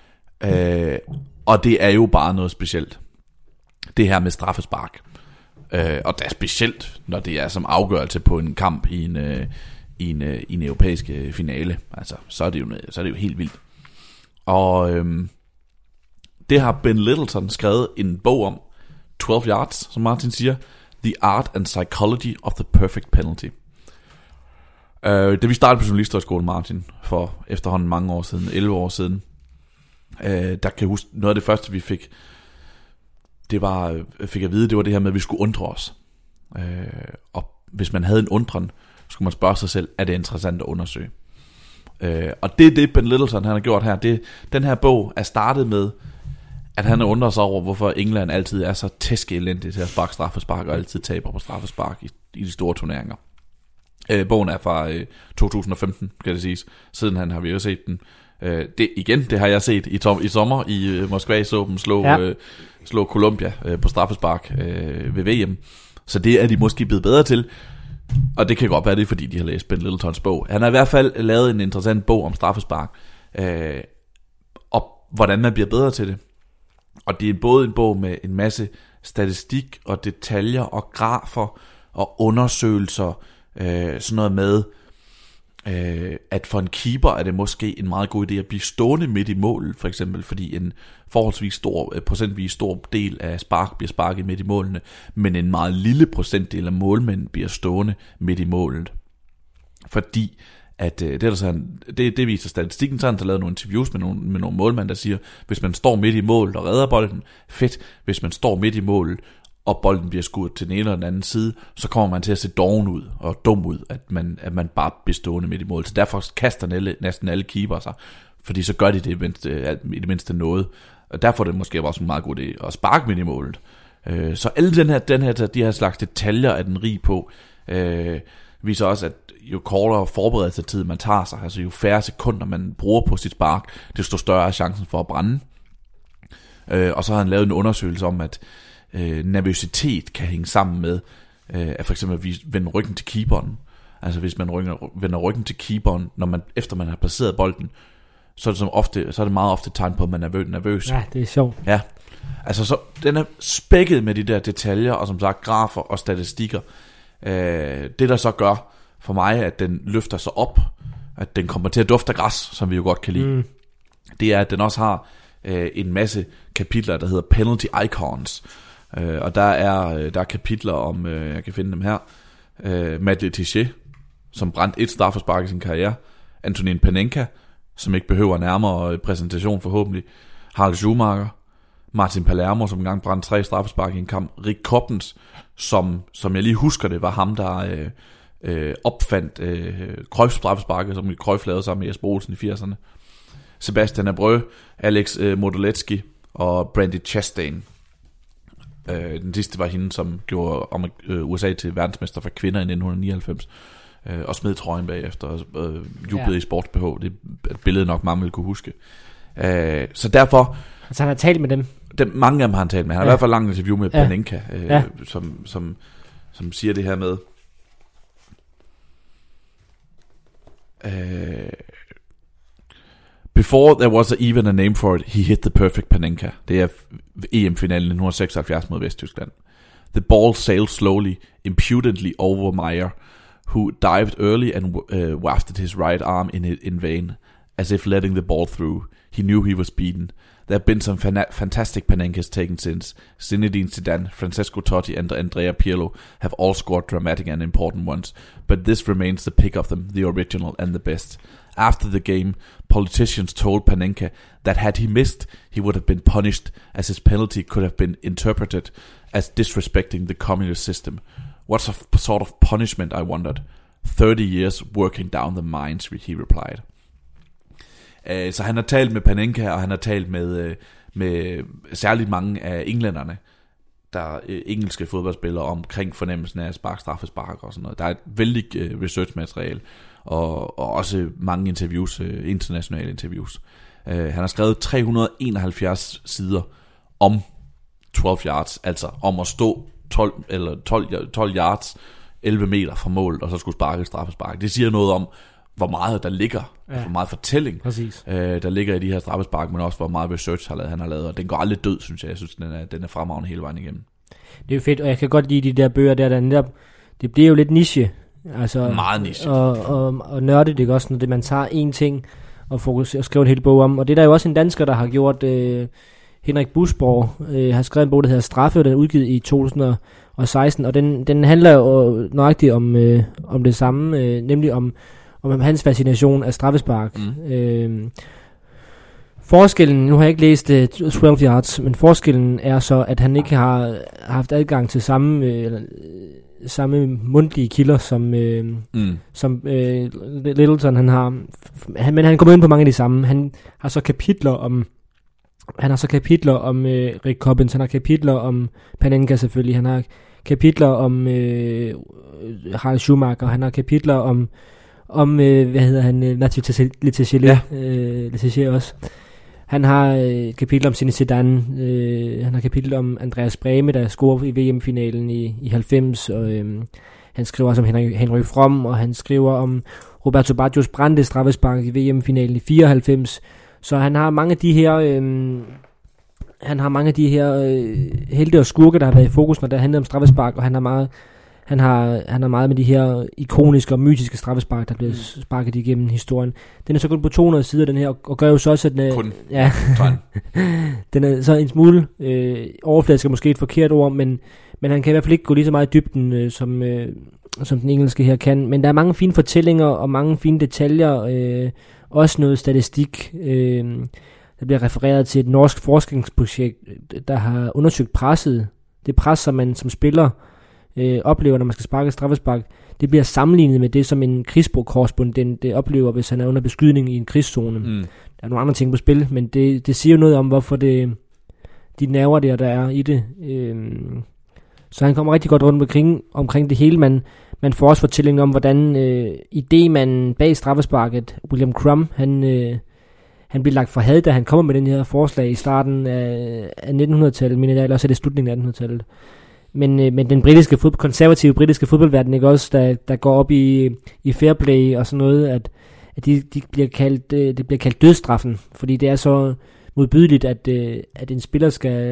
Og det er jo bare noget specielt. Det her med straffespark. Og det er specielt, når det er som afgørelse på en kamp i en europæisk finale. Altså, så er det jo helt vildt. Og det har Ben Littleton skrevet en bog om, 12 yards, som Martin siger, The Art and Psychology of the Perfect Penalty. Da vi startede på journalisterskolen, Martin, for efterhånden mange år siden, 11 år siden, der kan jeg huske, noget af det første vi fik, fik at vide, det var det her med, at vi skulle undre os. Og hvis man havde en undren, skulle man spørge sig selv, er det interessant at undersøge? Og det er det, Ben Littleton han har gjort her. Den her bog er startet med, at han undrer sig over, hvorfor England altid er så tæskeelendig til at sparke straffespark, og altid taber på straffespark i de store turneringer. Bogen er fra 2015, kan det siges. Siden han har vi jo set den. Det har jeg set i sommer i Moskva, så dem slå Colombia på straffespark ved VM. Så det er de måske blevet bedre til. Og det kan godt være det, fordi de har læst Ben Littletons bog. Han har i hvert fald lavet en interessant bog om straffespark, og hvordan man bliver bedre til det. Og det er både en bog med en masse statistik og detaljer og grafer og undersøgelser, sådan noget med, at for en keeper er det måske en meget god idé at blive stående midt i målet, for eksempel, fordi en forholdsvis procentvis stor del af spark bliver sparket midt i målene, men en meget lille procentdel af målmænd bliver stående midt i målet. Fordi at det viser statistikken, så han har lavet nogle interviews med nogle målmænd, der siger, hvis man står midt i målet og redder bolden, fedt. Hvis man står midt i målet, og bolden bliver skudt til den ene eller den anden side, så kommer man til at se doven ud og dum ud, at man bare bliver stående midt i målet. Så derfor kaster næsten alle keeper sig, fordi så gør de det i det mindste noget. Og derfor er det måske også en meget god idé at sparke midt i målet. Så alle de her slags detaljer er den rig på, viser også, at jo kortere forberedelsestid man tager sig, altså jo færre sekunder man bruger på sit spark, desto større er chancen for at brænde. Og så har han lavet en undersøgelse om, at nervøsitet kan hænge sammen med, at for eksempel at vende ryggen til keeperen. Altså hvis man vender ryggen til keeperen, efter man har placeret bolden, så er det meget ofte et tegn på, at man er nervøs. Ja, det er sjovt. Ja, altså så den er spækket med de der detaljer, og som sagt grafer og statistikker. Det der så gør for mig, at den løfter sig op, at den kommer til at dufte af græs, som vi jo godt kan lide, det er, at den også har en masse kapitler, der hedder Penalty Icons. Og der er kapitler om, jeg kan finde dem her, Matt Letitia, som brændte et straffespark i sin karriere, Antonin Panenka, som ikke behøver nærmere præsentation forhåbentlig, Harald Schumacher, Martin Palermo, som engang brændte 3 straffespark i en kamp, Rick Koppens, som jeg lige husker det, var ham, der opfandt Cruyff straffesparket, som Cruyff lavede sammen med Jesper Olsen i 80'erne, Sebastian Abreu, Alex Moduletski og Brandy Chastain. Den sidste var hende, som gjorde USA til verdensmester for kvinder i 1999, og smed trøjen bagefter og jublede i sports-BH. Det er et billede nok mange vil kunne huske. Så derfor... Altså han har talt med dem? Mange af dem har han talt med. Han har i hvert fald langt interview med Panenka, som siger det her med... Before there was even a name for it, he hit the perfect Panenka. Det er EM-finalen 1976 mod Vesttyskland. The ball sailed slowly, impudently over Meyer, who dived early and wafted his right arm in vain, as if letting the ball through. He knew he was beaten. There have been some fantastic Panenkas taken since. Zinedine Zidane, Francesco Totti and Andrea Pirlo have all scored dramatic and important ones, but this remains the pick of them, the original and the best. After the game, politicians told Panenka that had he missed, he would have been punished, as his penalty could have been interpreted as disrespecting the communist system. What sort of punishment, I wondered. 30 years working down the mines, he replied. Så han har talt med Panenka, og han har talt med særligt mange af englænderne, der engelske fodboldspillere, omkring fornemmelsen af straffespark og sådan noget. Der er et vældig researchmateriale, og også mange interviews, internationale interviews. Han har skrevet 371 sider om 12 yards, altså om at stå 12 yards, 11 meter fra målet, og så skulle sparke straffespark. Det siger noget om, hvor meget der ligger, hvor meget fortælling, der ligger i de her straffespark, men også hvor meget research han har lavet, og den går aldrig død, synes jeg. Jeg synes, den er fremragende hele vejen igennem. Det er jo fedt, og jeg kan godt lide de der bøger der netop, det bliver jo lidt niche. Altså, meget niche. Og nørdet, det er også, når man tager én ting og skriver en hel bog om, og det er der jo også en dansker, der har gjort, Henrik Busborg, har skrevet en bog, der hedder Straffe, og den er udgivet i 2016, og den handler jo nøjagtigt om det samme, nemlig om hans fascination af straffespark. Forskellen, nu har jeg ikke læst 12 yards, men forskellen er så, at han ikke har haft adgang til samme mundtlige kilder, som Littleton han har. Men han kommer ind på mange af de samme. Han har så kapitler om Rick Cobbins, han har kapitler om Panenka selvfølgelig, han har kapitler om Harald Schumacher, han har kapitler om hvad hedder han, Nathalie Letizia også. Han har kapitler om Zinedine Zidane, han har kapitler om Andreas Brehme, der scorede i VM-finalen i 90, og han skriver også om Henry Fromm, og han skriver om Roberto Baggios brændte straffespark i VM-finalen i 94. Så han har mange af de her helte og skurke, der har været i fokus, når det handler om straffespark, og han har meget med de her ikoniske og mytiske straffespark, der er blevet sparket igennem historien. Den er så kun på 200 sider, den her, og gør jo så også, at den er så en smule overfladisk, måske et forkert ord, men han kan i hvert fald ikke gå lige så meget i dybden, som den engelske her kan. Men der er mange fine fortællinger, og mange fine detaljer, også noget statistik. Der bliver refereret til et norsk forskningsprojekt, der har undersøgt presset. Det pres, som man som spiller oplever, når man skal sparke straffespark, det bliver sammenlignet med det, som en krigskorrespondent oplever, hvis han er under beskydning i en krigszone. Der er nogle andre ting på spil, men det siger jo noget om, hvorfor de nerver der er i det. Så han kommer rigtig godt rundt omkring det hele. Man får også fortællingen om, hvordan idémanden bag straffesparket, William Crum, han blev lagt for had, da han kommer med den her forslag i starten af 1900-tallet, men eller også er det slutningen af 1800-tallet. Men den konservative britiske fodboldverden, ikke også, der går op i fair play og sådan noget, at det bliver kaldt dødsstraffen, fordi det er så modbydeligt, at en spiller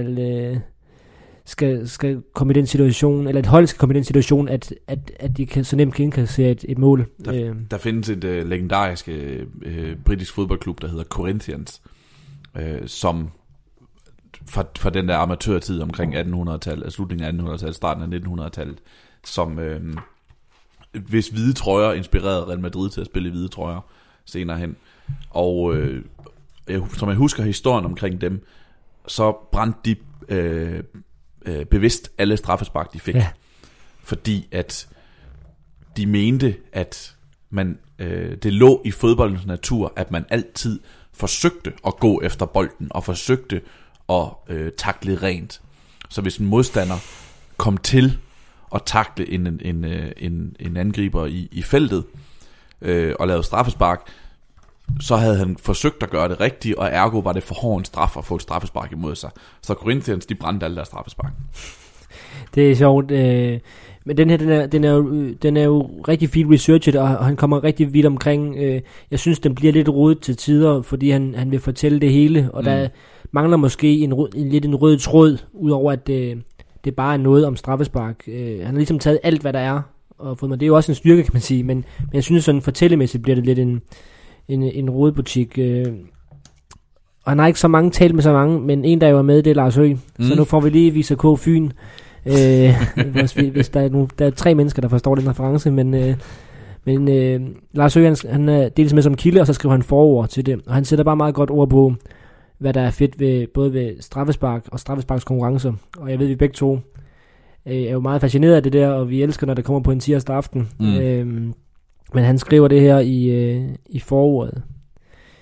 skal komme i den situation, eller et hold skal komme i den situation, at de kan så nemt kan indkassere et mål. Der findes et legendarisk britisk fodboldklub, der hedder Corinthians, som fra den der amatørtid omkring 1800-tallet, slutningen af 1800-tallet, starten af 1900-tallet, som hvis hvide trøjer inspirerede Real Madrid til at spille i hvide trøjer senere hen. Og som jeg husker historien omkring dem, så brændte de bevidst alle straffespark, de fik. Ja. Fordi at de mente, at det lå i fodboldens natur, at man altid forsøgte at gå efter bolden, og forsøgte at takle rent. Så hvis en modstander kom til at takle en angriber i feltet, og lavede straffespark, så havde han forsøgt at gøre det rigtigt, og ergo var det for hård en straf at få et straffespark imod sig. Så Corinthians, de brændte alle deres straffespark. Det er sjovt. Men den her, den er jo rigtig fint researchet, og han kommer rigtig vidt omkring. Jeg synes, den bliver lidt rodet til tider, fordi han vil fortælle det hele, og der mangler måske en rød tråd, udover at det bare er noget om straffespark. Han har ligesom taget alt, hvad der er, og fået mig. Det er jo også en styrke, kan man sige, men jeg synes, sådan fortællemæssigt bliver det lidt en rodebutik. Og han har ikke så mange talt med så mange, men en, der jo er med, det er Lars Høgh. Så nu får vi lige Visa K. Fyn. Hvis der er 3 mennesker, der forstår den reference, men Lars Høgh, han er dels med som kilde, og så skriver han forord til det, og han sætter bare meget godt ord på, hvad der er fedt ved både ved straffespark og straffesparkskonkurrencer, og jeg ved, vi begge to er jo meget fascineret af det der, og vi elsker, når det kommer på en tirsdag aften. Men han skriver det her i forordet.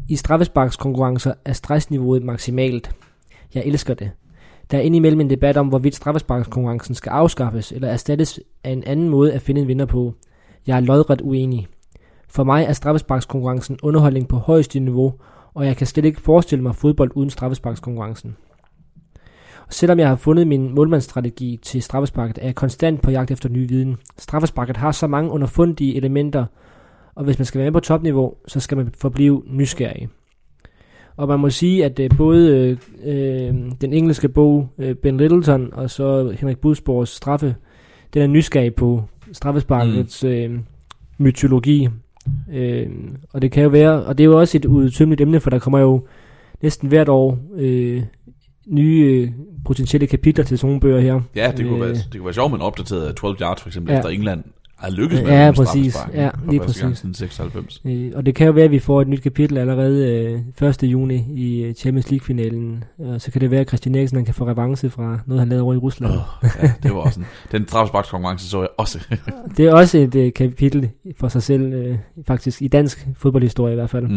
I straffesparkskonkurrencer er stressniveauet maksimalt. Jeg elsker det. Der er indimellem en debat om, hvorvidt straffesparkskonkurrencen skal afskaffes eller erstattes af en anden måde at finde en vinder på. Jeg er lodret uenig. For mig er straffesparkskonkurrencen underholdning på højeste niveau, og jeg kan slet ikke forestille mig fodbold uden straffesparkskonkurrencen. Og selvom jeg har fundet min målmandsstrategi til straffesparket, er jeg konstant på jagt efter ny viden. Straffesparket har så mange underfundige elementer, og hvis man skal være med på topniveau, så skal man forblive nysgerrig. Og man må sige, at både den engelske bog Ben Littleton og så Henrik Budsborgs straffe, den er nysgerrig på straffesparkets mytologi. Og det kan jo være, og det er jo også et udtømmeligt emne, for der kommer jo næsten hvert år nye potentielle kapitler til sådan nogle bøger her. Ja, det kunne være sjovt, men opdateret 12 yards for eksempel, efter England er lykkedes med at præcis. Ja, lige præcis. 96. Og det kan jo være, at vi får et nyt kapitel allerede 1. juni i Champions League-finalen. Og så kan det være, at Christian Eriksen kan få revanche fra noget, han lavede over i Rusland. Ja, det var også den straffesparkskonkurrence så jeg også. Det er også et kapitel for sig selv, faktisk i dansk fodboldhistorie i hvert fald.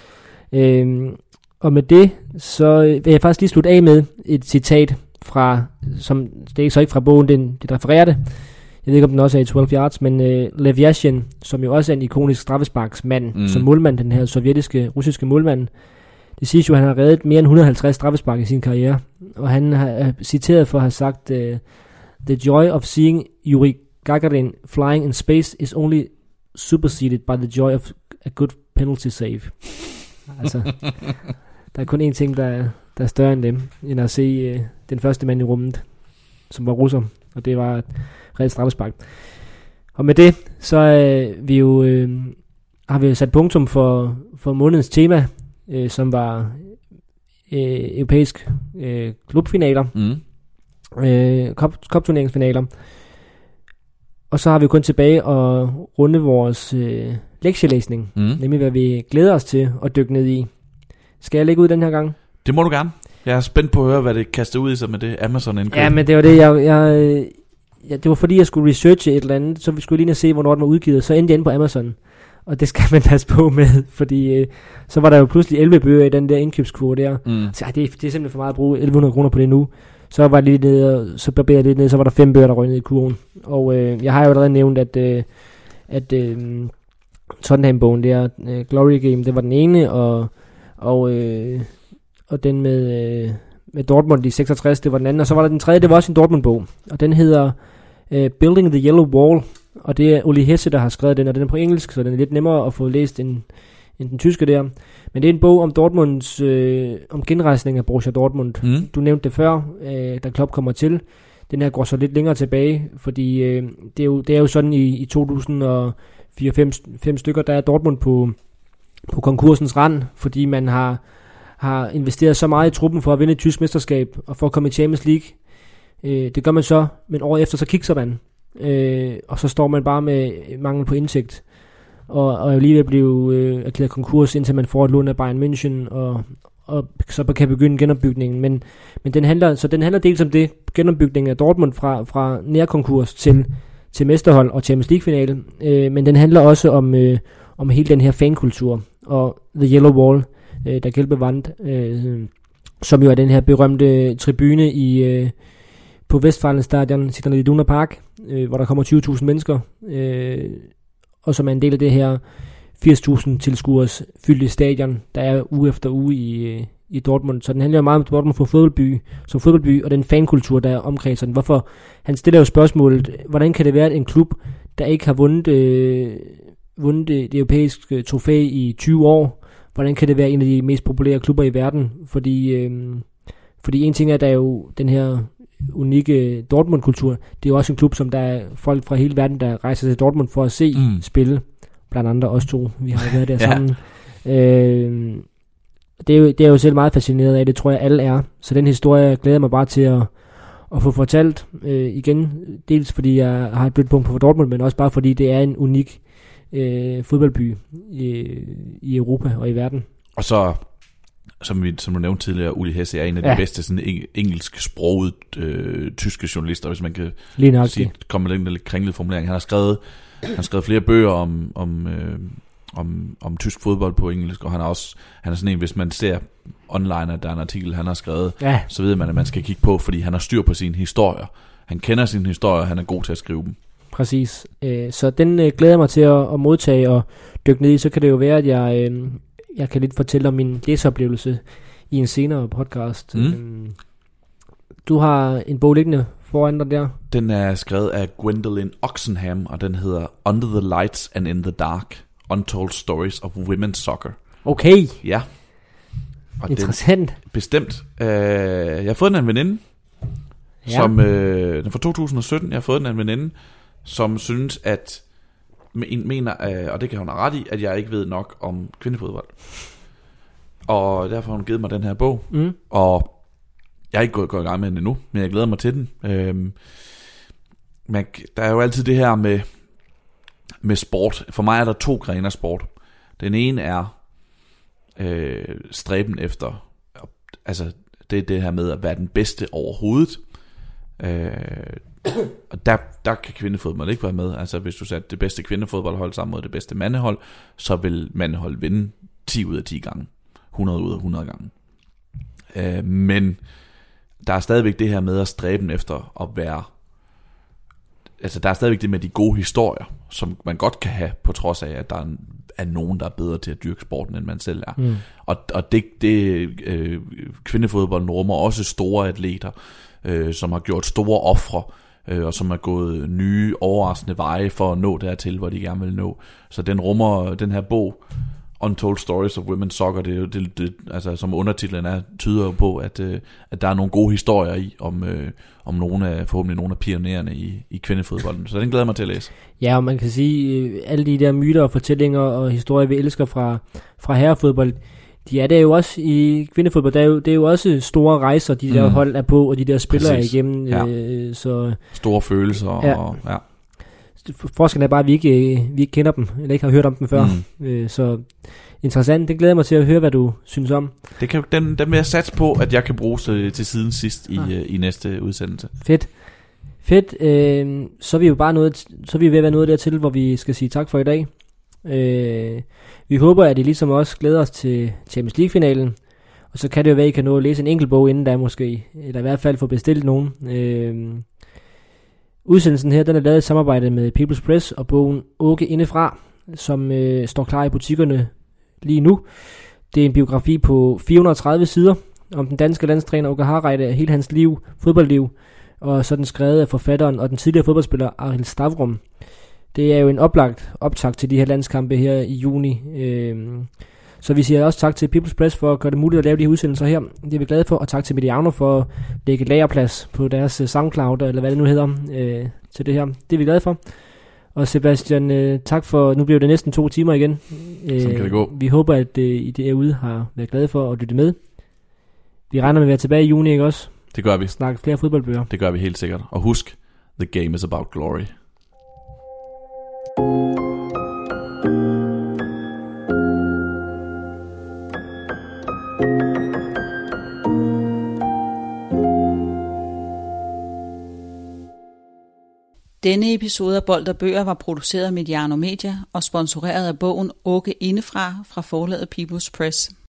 Og med det, så vil jeg faktisk lige slutte af med et citat fra, som det er så ikke fra bogen, det refererer det. Jeg ved ikke, om den også er i 12 yards, men Lev Yashin, som jo også er en ikonisk straffesparksmand, som målmand, den her russiske målmand, det siges jo, at han har reddet mere end 150 straffespark i sin karriere, og han har citeret for at have sagt, The joy of seeing Yuri Gagarin flying in space is only superseded by the joy of a good penalty save. Altså, der er kun én ting, der er større end dem, end at se den første mand i rummet, som var russer, og det var ret straffespark. Og med det, så vi jo, har vi sat punktum for månedens tema, som var europæisk klubfinaler, cup-turneringsfinaler. Og så har vi kun tilbage at runde vores lektielæsning, nemlig hvad vi glæder os til at dykke ned i. Skal jeg lægge ud den her gang? Det må du gerne. Jeg er spændt på at høre, hvad det kaster ud i sig med det Amazon-indkøb. Ja, men det var det, det var fordi, jeg skulle researche et eller andet, så vi skulle lige se, hvornår den var udgivet. Så endte jeg inde på Amazon, og det skal man passe på med, fordi så var der jo pludselig 11 bøger i den der indkøbskvote der. Så det er simpelthen for meget at bruge 1.100 kroner på det nu. Så var jeg lidt ned, så barberede jeg lidt ned, så var der 5 bøger, der røg ned i kurven. Og jeg har jo allerede nævnt, at Tottenham-bogen der, Glory Game, det var den ene, og den med Dortmund i 66, det var den anden, og så var der den tredje, det var også en Dortmund-bog, og den hedder Building the Yellow Wall, og det er Uli Hesse, der har skrevet den, og den er på engelsk, så den er lidt nemmere at få læst end den tyske der. Men det er en bog om Dortmunds, om genrejsning af Borussia Dortmund. Du nævnte det før, da Klopp kommer til. Den her går så lidt længere tilbage, fordi det er jo sådan i 2004-5 stykker, der er Dortmund på konkursens rand, fordi man har investeret så meget i truppen for at vinde et tysk mesterskab og for at komme i Champions League. Det gør man så, men året efter så kikser man, og så står man bare med mangel på indtægt, og er lige ved at blive erklæret konkurs, indtil man får et lån af Bayern München, og så kan begynde genopbygningen. Men den handler dels om det, genopbygningen af Dortmund fra nærkonkurs til mesterhold og Champions League-finale, men den handler også om hele den her fankultur og The Yellow Wall, der Gelbe Wand, som jo er den her berømte tribune på Westfalenstadion, Signal Iduna Park, hvor der kommer 20.000 mennesker, og som er en del af det her 80.000 tilskuers fyldte stadion, der er uge efter uge i Dortmund. Så den handler jo meget om Dortmund som fodboldby, og den fankultur, der omkredser den. Hvorfor? Han stiller jo spørgsmålet, hvordan kan det være, at en klub, der ikke har vundet det europæiske trofæ i 20 år, hvordan kan det være en af de mest populære klubber i verden? Fordi en ting er, at der er jo den her unikke Dortmund-kultur. Det er jo også en klub, som der er folk fra hele verden, der rejser til Dortmund for at se spille. Blandt andre os to. Vi har været der sammen. Det er jo selv meget fascineret af. Det tror jeg alle er. Så den historie glæder mig bare til at få fortalt igen. Dels fordi jeg har et blødt punkt på Dortmund, men også bare fordi det er en unik fodboldby i Europa og i verden. Og så som du nævnte tidligere, Uli Hesse er en af de bedste sådan engelsksprogede tyske journalister, hvis man kan sige, komme med den lidt kringlede formulering. Han har skrevet flere bøger om tysk fodbold på engelsk, og han er sådan en, hvis man ser online, at der er en artikel, han har skrevet, så ved man, at man skal kigge på, fordi han har styr på sine historier. Han kender sine historier, og han er god til at skrive dem. Præcis. Så den glæder jeg mig til at modtage og dykke ned i. Så kan det jo være, at jeg kan lidt fortælle om min læseoplevelse i en senere podcast. Du har en bog liggende foran dig der. Den er skrevet af Gwendolyn Oxenham, og den hedder Under the Lights and in the Dark. Untold Stories of Women's Soccer. Okay. Ja. Og interessant. Bestemt. Jeg har fået den af en veninde, som den fra 2017. Jeg har fået den af en veninde, som synes, at mener, og det kan hun have ret i, at jeg ikke ved nok om kvindefodbold. Og derfor har hun givet mig den her bog. Og jeg er ikke gået i gang med den endnu, men jeg glæder mig til den. Der er jo altid det her med sport. For mig er der 2 grene af sport. Den ene er stræben efter, altså det er det her med at være den bedste overhovedet. Og der kan kvindefodbold ikke være med. Altså hvis du satte det bedste kvindefodboldhold sammen mod det bedste mandehold, så vil mandehold vinde 10 ud af 10 gange, 100 ud af 100 gange. Men der er stadigvæk det her med at stræbe efter at være, altså der er stadigvæk det med de gode historier, som man godt kan have, på trods af at der er nogen, der er bedre til at dyrke sporten, end man selv er. Og det kvindefodbolden rummer også store atleter, som har gjort store ofre, og som har gået nye, overraskende veje for at nå dertil, hvor de gerne vil nå. Så den rummer, den her bog, Untold Stories of Women's Soccer, det altså som undertitlen er, tyder på, at der er nogle gode historier i, om forhåbentlig nogle af pionererne i kvindefodbolden. Så den glæder mig til at læse. Ja, og man kan sige, alle de der myter og fortællinger og historier, vi elsker fra herrefodbold, de er der jo også i kvindefodbold. Det er jo også store rejser, de der hold er på, og de der spillere igennem. Så store følelser. Og forskellen er bare, at vi ikke kender dem, eller ikke har hørt om dem før. Så interessant. Det glæder mig til at høre, hvad du synes om. Den vil jeg satse på, at jeg kan bruge til siden sidst i næste udsendelse. Fedt. Så er vi jo bare så er vi ved at være nået dertil, hvor vi skal sige tak for i dag. Vi håber, at I ligesom også glæder os til Champions League-finalen. Og så kan det jo være, at I kan nå at læse en enkelt bog inden da måske, eller i hvert fald få bestilt nogen. Udsendelsen her, den er lavet i samarbejde med People's Press og bogen Åke Indefra, som står klar i butikkerne lige nu. Det er en biografi på 430 sider om den danske landstræner Åke Hareide og hele hans fodboldliv, og så er den skrevet af forfatteren og den tidligere fodboldspiller Arild Stavrum. Det er jo en oplagt optakt til de her landskampe her i juni. Så vi siger også tak til People's Press for at gøre det muligt at lave de her udsendelser her. Det er vi glade for, og tak til Mediano for at lægge lagerplads på deres SoundCloud, eller hvad det nu hedder, til det her. Det er vi glade for. Og Sebastian, tak for, nu bliver det næsten 2 timer igen. Sådan kan det gå. Vi håber, at I derude har været glade for at lytte med. Vi regner med at være tilbage i juni, ikke også? Det gør vi. Snakke flere fodboldbøger. Det gør vi helt sikkert. Og husk, the game is about glory. Denne episode af Bold og Bøger var produceret af Mediano Media og sponsoreret af bogen Åke Indefra fra forlaget People's Press.